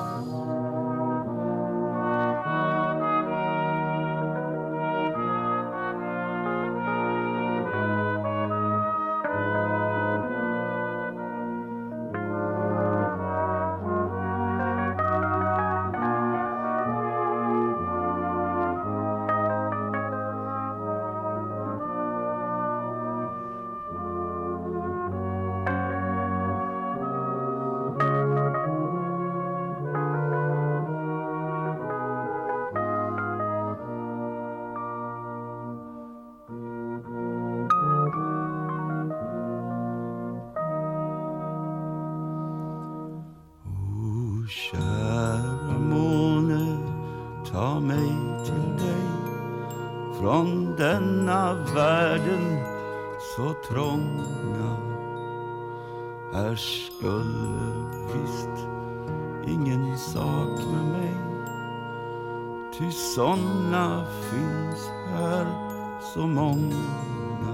Kära måne, ta mig till dig från denna världen så trånga. Här skulle visst ingen sakna mig, ty såna finns här så många.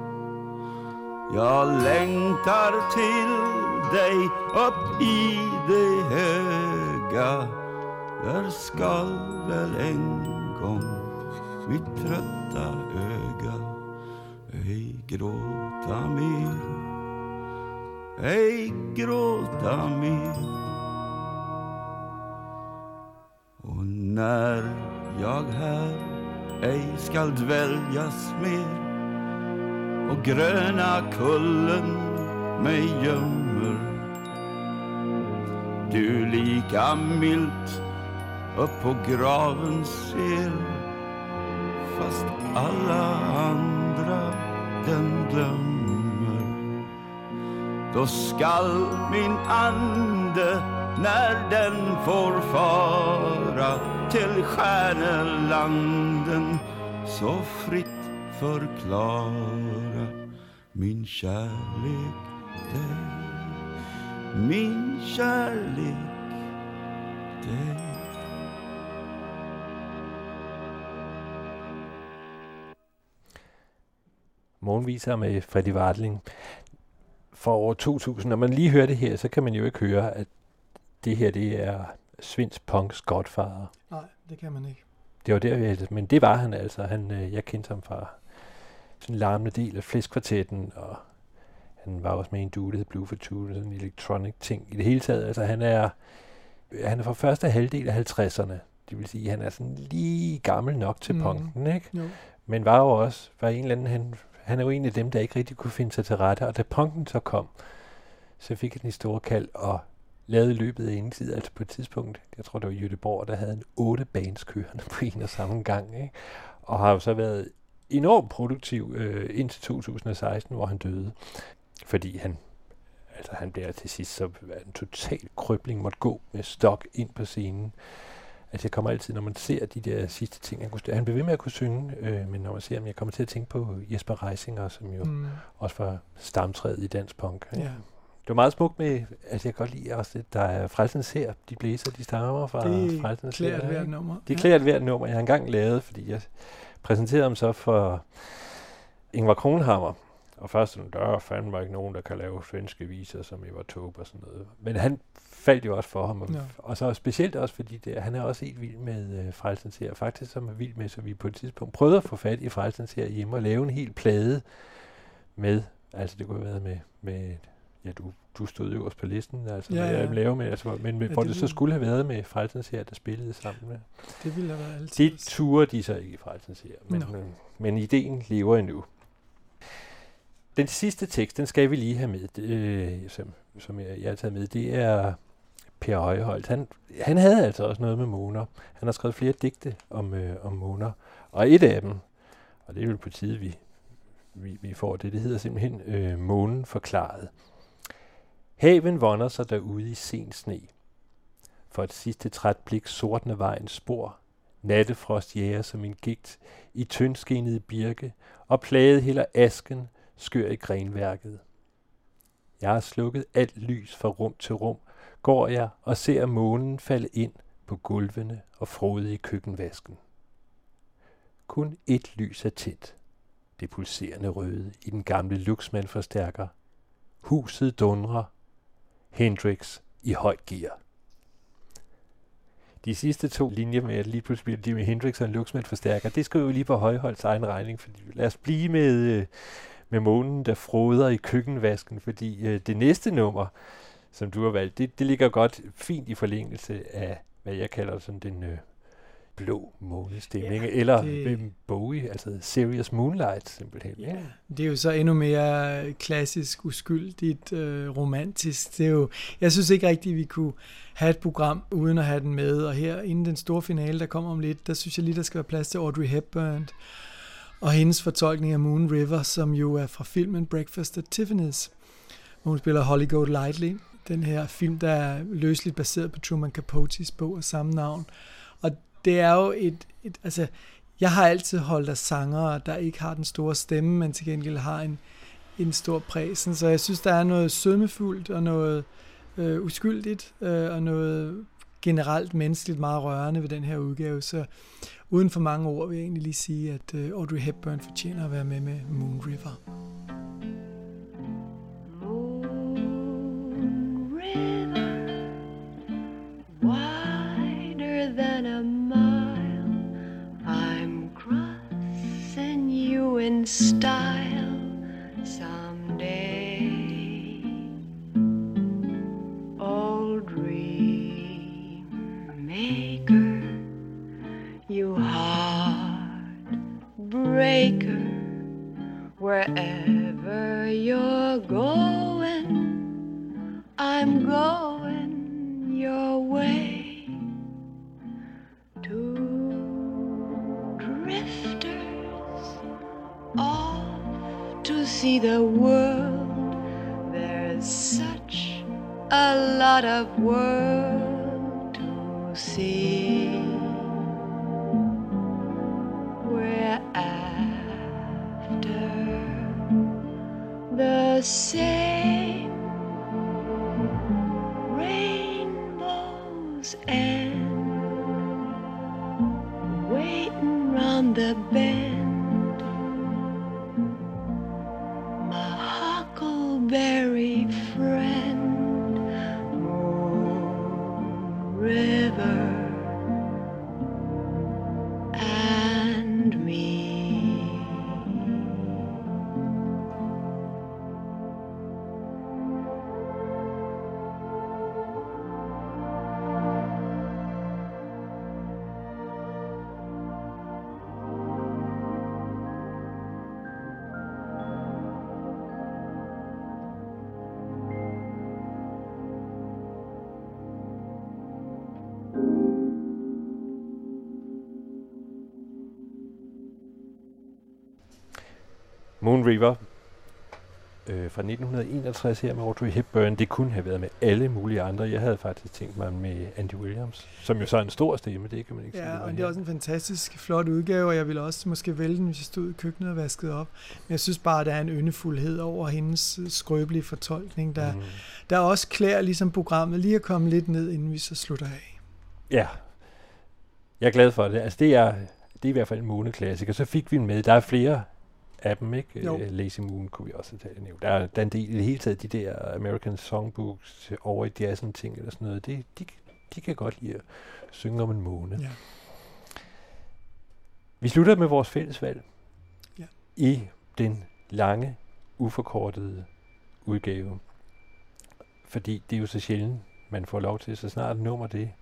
Jag längtar till dig upp i det höga, där skall väl en gång mitt trötta öga ej gråta mer, ej gråta mer. Och när jag här ej skall dväljas mer och gröna kullen mig gömmer, du lika milt upp på graven ser, fast alla andra den glömmer. Då skall min ande, när den får fara till stjärnelanden, så fritt förklara min kärlek dig, min kärlek dig. Morgenviser med Freddie Wartling for år to tusind. Når man lige hører det her, så kan man jo ikke høre, at det her det er svensk punks godfather. Nej, det kan man ikke. Det var der, men det var han altså. Han, jeg kendte ham fra sådan en larmende del af Flæskvartetten, og han var også med i en duo, der hed Blue for Two, sådan en electronic ting. I det hele taget, altså han er, han er fra første halvdel af halvtredserne. Det vil sige, han er sådan lige gammel nok til mm. punken, ikke? Jo. Men var jo også, var en eller anden, han, han er jo en af dem, der ikke rigtig kunne finde sig til rette, og da punken så kom, så fik han den store kald og lavede løbet af ingen tid, altså på et tidspunkt, jeg tror det var Göteborg, der havde en otte bands kørende på en og samme gang, ikke? Og har jo så været enormt produktiv øh, indtil to tusind og seksten, hvor han døde, fordi han, altså han bliver til sidst så en total krøbling, måtte gå med stok ind på scenen. Altså jeg kommer altid, når man ser de der sidste ting, han, kunne, han blev ved med at kunne synge, øh, men når man ser ham, jeg kommer til at tænke på Jesper Reisinger, som jo mm. også var stamtræet i dansk punk. Ja. Det var meget smukt med, altså jeg kan godt lide også det, der er Frelsens Hær, de blæser, de stammer fra Frelsens Hær. Det klæder et hvert nummer. Det klæder et hvert nummer, jeg har engang lavet, fordi jeg præsenterede ham så for Ingvar Kronhammer, og først sådan, der fandme ikke nogen, der kan lave svenske viser, som Eva Taube og sådan noget. Men han faldt jo også for ham, og, ja. og så specielt også, fordi det, han er også helt vild med øh, Frelsens Hær, faktisk som er vild med, så vi på et tidspunkt prøvede at få fat i Frelsens Hær hjemme og lave en hel plade med, altså det kunne have været med, med ja, du, du stod jo også på listen, altså, ja, ja. Lave med, altså, men med, ja, hvor det, det så skulle have været med Frelsens Hær, der spillede sammen med. Det ville have været altid. Det turde de så ikke i Frelsens Hær, men, no. øh, men ideen lever endnu. Den sidste tekst, den skal vi lige have med, øh, som, som jeg, jeg har taget med, det er Per Højholt. Han, han havde altså også noget med måner. Han har skrevet flere digte om, øh, om måner, og et af dem, og det er vel på tide, vi, vi, vi får det, det hedder simpelthen øh, Månen forklaret. Haven vonder sig derude i sen sne. For et sidste træt blik sortne vejens spor. Nattefrost jager som en gigt i tyndskenede birke, og plaget hælder asken skør i grenværket. Jeg har slukket alt lys fra rum til rum, går jeg og ser månen falde ind på gulvene og frode i køkkenvasken. Kun et lys er tændt, det pulserende røde i den gamle Luxman-forstærker. Huset dundrer, Hendrix i højt gear. De sidste to linjer med, at lige pludselig de med Hendrix og en Luxman-forstærker, det skriver jo lige på Højholts egen regning, fordi lad os blive med, med månen, der froder i køkkenvasken, fordi øh, det næste nummer, som du har valgt, det, det ligger godt fint i forlængelse af, hvad jeg kalder sådan den øh, blå månestemning, ja, eller det... Bowie, altså Serious Moonlight simpelthen. Ja, det er jo så endnu mere klassisk, uskyldigt, øh, romantisk. Det er jo, jeg synes ikke rigtigt, vi kunne have et program uden at have den med, og her inden den store finale, der kommer om lidt, der synes jeg lige, der skal være plads til Audrey Hepburn og hendes fortolkning af Moon River, som jo er fra filmen Breakfast at Tiffany's, hvor hun spiller Holly Golightly, den her film, der er løsligt baseret på Truman Capotes bog af samme navn. Og det er jo et, et, altså, jeg har altid holdt af sangere, der ikke har den store stemme, men til gengæld har en, en stor præsen. Så jeg synes, der er noget sødmefuldt og noget øh, uskyldigt øh, og noget generelt menneskeligt meget rørende ved den her udgave. Så uden for mange ord vil jeg egentlig lige sige, at øh, Audrey Hepburn fortjener at være med med Moon River. Wider than a mile, I'm crossing you in style someday. Old dream maker, you heartbreaker, wherever you're going, I'm going your way. see the world. There's such a lot of world to see. We're after the same rainbows and waiting round the bend. My huckleberry friend, Moon River and me. Moon River øh, fra nitten enogtres her med Audrey Hepburn. Det kunne have været med alle mulige andre. Jeg havde faktisk tænkt mig med Andy Williams, som jo så er en stor stemme, det kan man ikke ja, sige. Ja, og det er også en fantastisk flot udgave, og jeg ville også måske vælge den, hvis jeg stod i køkkenet og vaskede op. Men jeg synes bare, at der er en yndefuldhed over hendes skrøbelige fortolkning, der, mm. der også klæder ligesom programmet lige at komme lidt ned, inden vi så slutter af. Ja, jeg er glad for det. Altså det er, det er i hvert fald en måneklassiker. Så fik vi den med. Der er flere af dem, ikke? Uh, Lazy Moon kunne vi også tage nævnt. Der er, der er en del i det hele taget, de der American Songbooks over i jazzen ting eller sådan noget, det, de, de kan godt lide at synge om en måne. Ja. Vi slutter med vores fællesvalg ja. i den lange, uforkortede udgave. Fordi det er jo så sjældent, man får lov til, så snart et nummer det.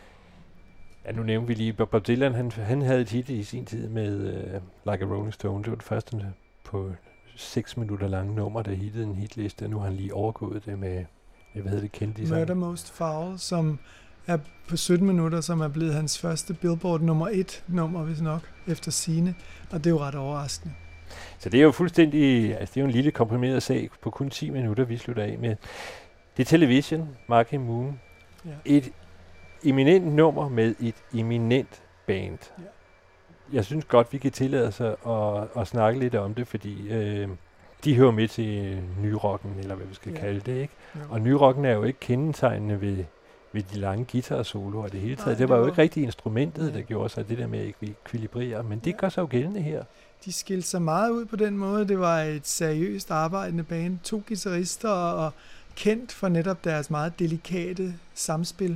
Ja, nu nævnte vi lige, Bob Dylan, han, han havde et hit i sin tid med uh, Like a Rolling Stone. Det var det første på seks minutter lange nummer, der hittede en hitliste, og nu har han lige overgået det med, hvad hedder det, kendte de Murder Most Foul, som er på sytten minutter, som er blevet hans første Billboard nummer et nummer, hvis nok, efter sigende, og det er jo ret overraskende. Så det er jo fuldstændig, altså det er jo en lille komprimeret sag på kun ti minutter, vi slutter af med. Det er Television, Marky Moon. Ja. Et eminent nummer med et eminent band. Ja. Jeg synes godt, vi kan tillade os at, at, at snakke lidt om det, fordi øh, de hører med til nyrocken, eller hvad vi skal ja. kalde det, ikke? Ja. Og nyrocken er jo ikke kendetegnende ved, ved de lange guitar-soloer og det hele taget. Nej, det var det jo var ikke rigtig instrumentet, ja. der gjorde sig det der med at ekvilibrere, men det ja. gør sig jo gældende her. De skilte sig meget ud på den måde. Det var et seriøst arbejdende band. To guitarister og, og kendt for netop deres meget delikate samspil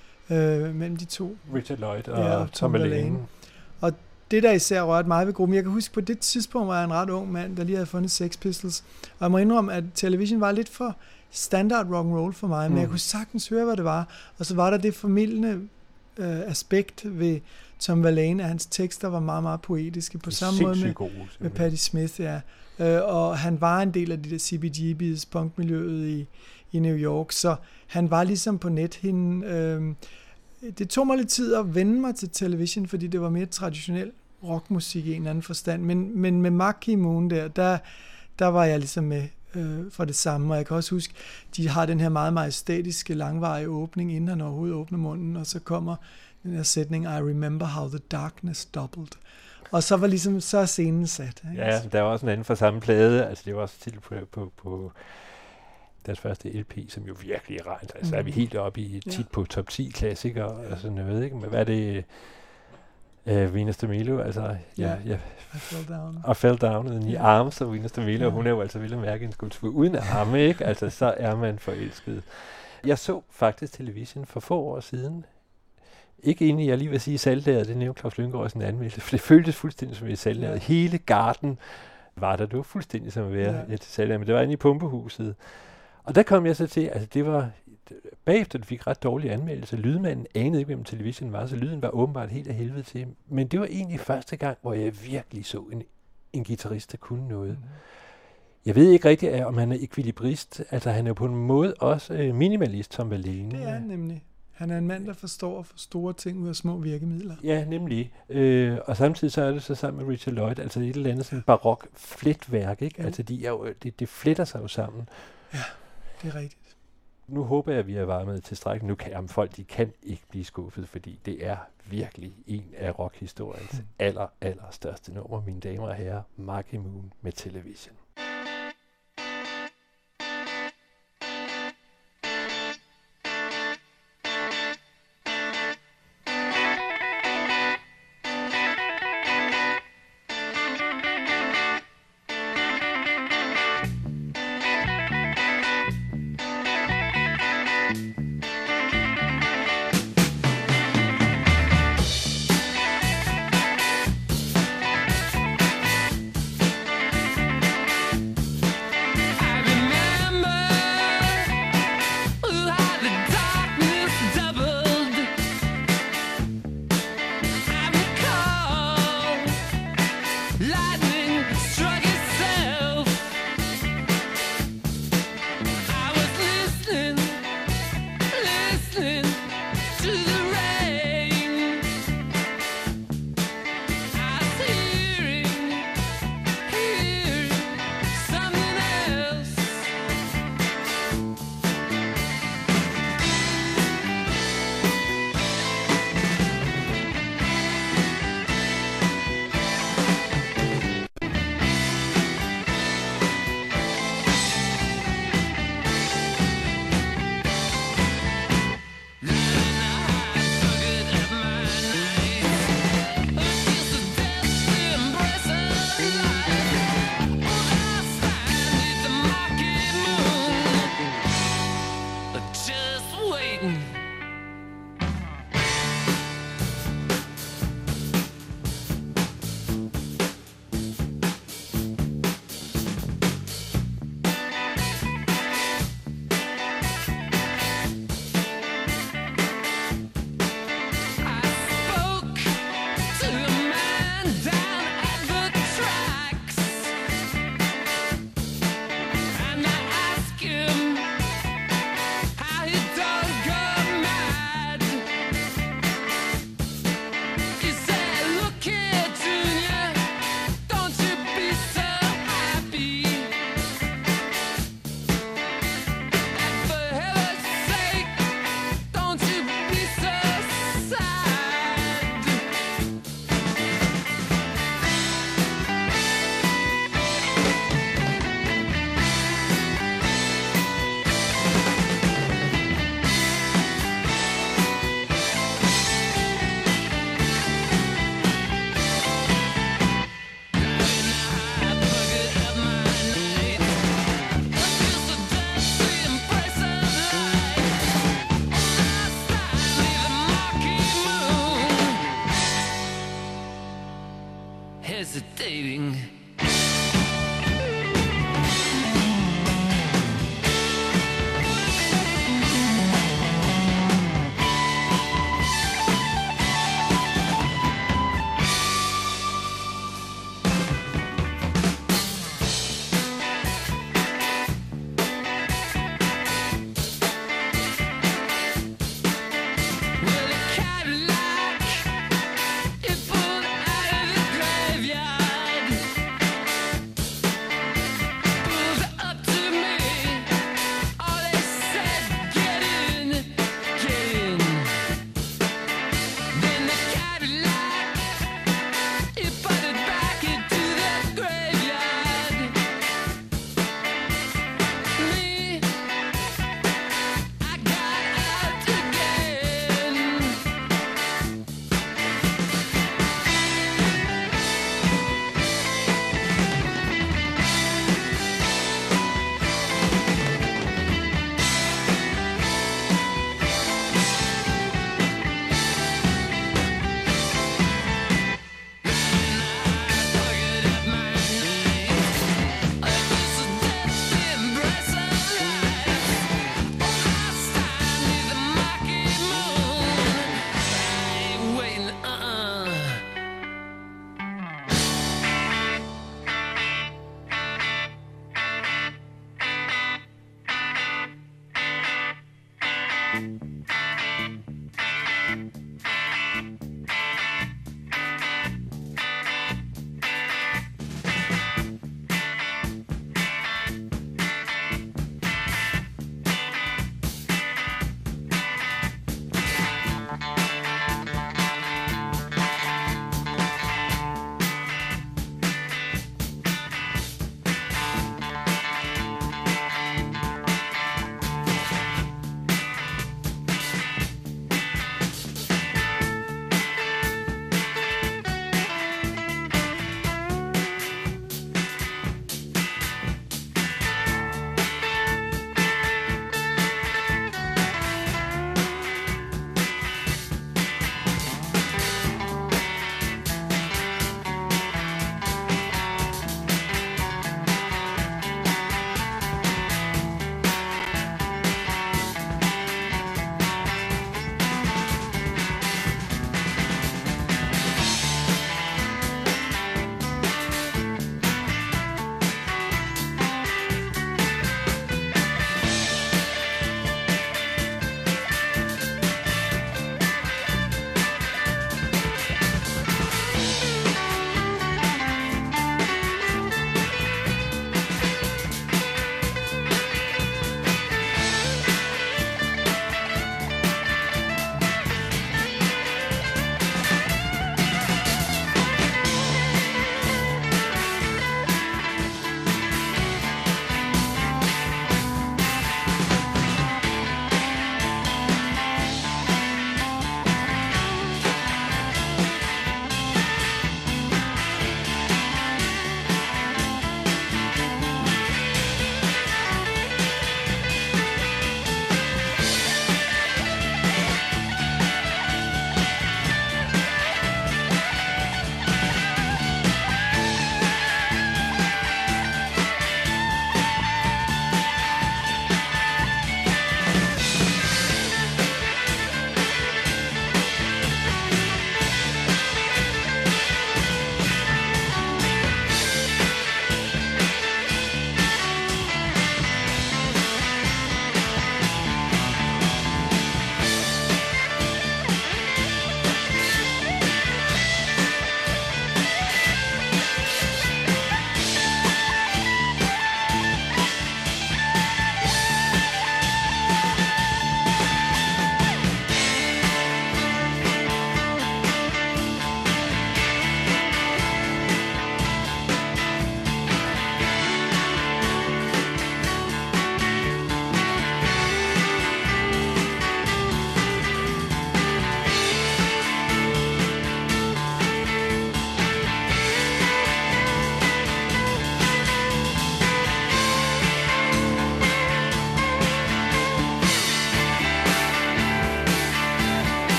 øh, mellem de to. Richard Lloyd og, ja, og Tom Verlaine. Og det, der især rørte mig ved gruppen, jeg kan huske, på det tidspunkt var jeg en ret ung mand, der lige havde fundet Sex Pistols. Og jeg må indrømme, at Television var lidt for standard rock'n'roll for mig, mm. men jeg kunne sagtens høre, hvad det var. Og så var der det formildende øh, aspekt ved Tom Verlaine, at hans tekster var meget, meget poetiske. På samme måde med, gode, med Patti Smith, ja. Øh, og han var en del af de der C B G B's punkmiljøet i, i New York, så han var ligesom på nethinden. Øh, det tog mig lidt tid at vende mig til Television, fordi det var mere traditionel rockmusik i en eller anden forstand. Men, men med Marky Moon der, der, der var jeg ligesom med øh, for det samme. Og jeg kan også huske, de har den her meget majestætiske, langvarige åbning, inden han overhovedet åbner munden, og så kommer den her sætning, I remember how the darkness doubled. Og så var ligesom, så er scenen sat. Ikke? Ja, der var også en anden fra samme plade, altså det var også til på, på, på deres første L P, som jo virkelig er rent. Altså mm. er vi helt oppe i tit ja. på top ti klassikere og sådan noget, ikke? Men hvad er det? Uh, Venus de Milo, altså ja, yeah. ja. I fell down. I fell down in the yeah. arms of Venus de Milo, yeah. hun er jo altså vil at mærke en skuldsfod uden arme, ikke? Altså så er man forelsket. Jeg så faktisk Television for få år siden. Ikke inde i, jeg lige vil sige saltlæret, det nævnte Claus Lynggaard i sådan en anmeldelse, for det føltes fuldstændig som et saltlæret. Ja. Hele garden var der, det var fuldstændig som at være ja. et saltlæret, men det var inde i pumpehuset. Og der kom jeg så til, altså det var, bagefter det fik ret dårlige anmeldelser, lydmanden anede ikke, hvem Television var, så lyden var åbenbart helt af helvede til. Men det var egentlig første gang, hvor jeg virkelig så en, en guitarist, der kunne noget. Mm. Jeg ved ikke rigtigt, om han er ekvilibrist, altså han er på en måde også øh, minimalist, Tom Verlaine. Det er han nemlig. Han er en mand, der forstår for store ting ud af små virkemidler. Ja, nemlig. Øh, og samtidig så er det så sammen med Richard Lloyd, altså et eller andet sådan barok fletværk, ikke? Ja. Altså de er jo, det, det fletter sig jo sammen. Ja, det er rigtigt. Nu håber jeg, at vi er varmet tilstrækkeligt. Nu kan jamen, folk, de kan ikke blive skuffet, fordi det er virkelig en af rockhistoriens mm. aller, aller største nummer, mine damer og herrer. Marky Moon med Television. hesitating. Cadillac, it pulled out of the graveyard.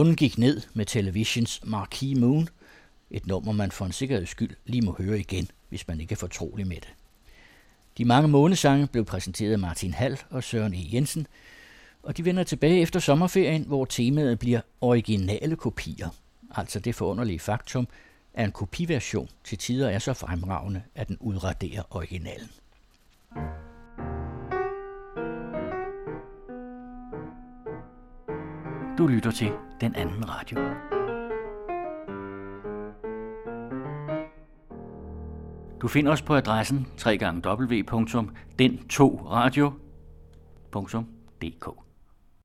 Månen gik ned med Televisions Marquee Moon, et nummer man for en sikkerheds skyld lige må høre igen, hvis man ikke er fortrolig med det. De mange månesange blev præsenteret af Martin Hall og Søren E. Jensen, og de vender tilbage efter sommerferien, hvor temaet bliver originale kopier, altså det forunderlige faktum, at en kopiversion til tider er så fremragende, at den udraderer originalen. Du lytter til Den Anden Radio. Du finder os på adressen w w w punktum den to radio punktum d k.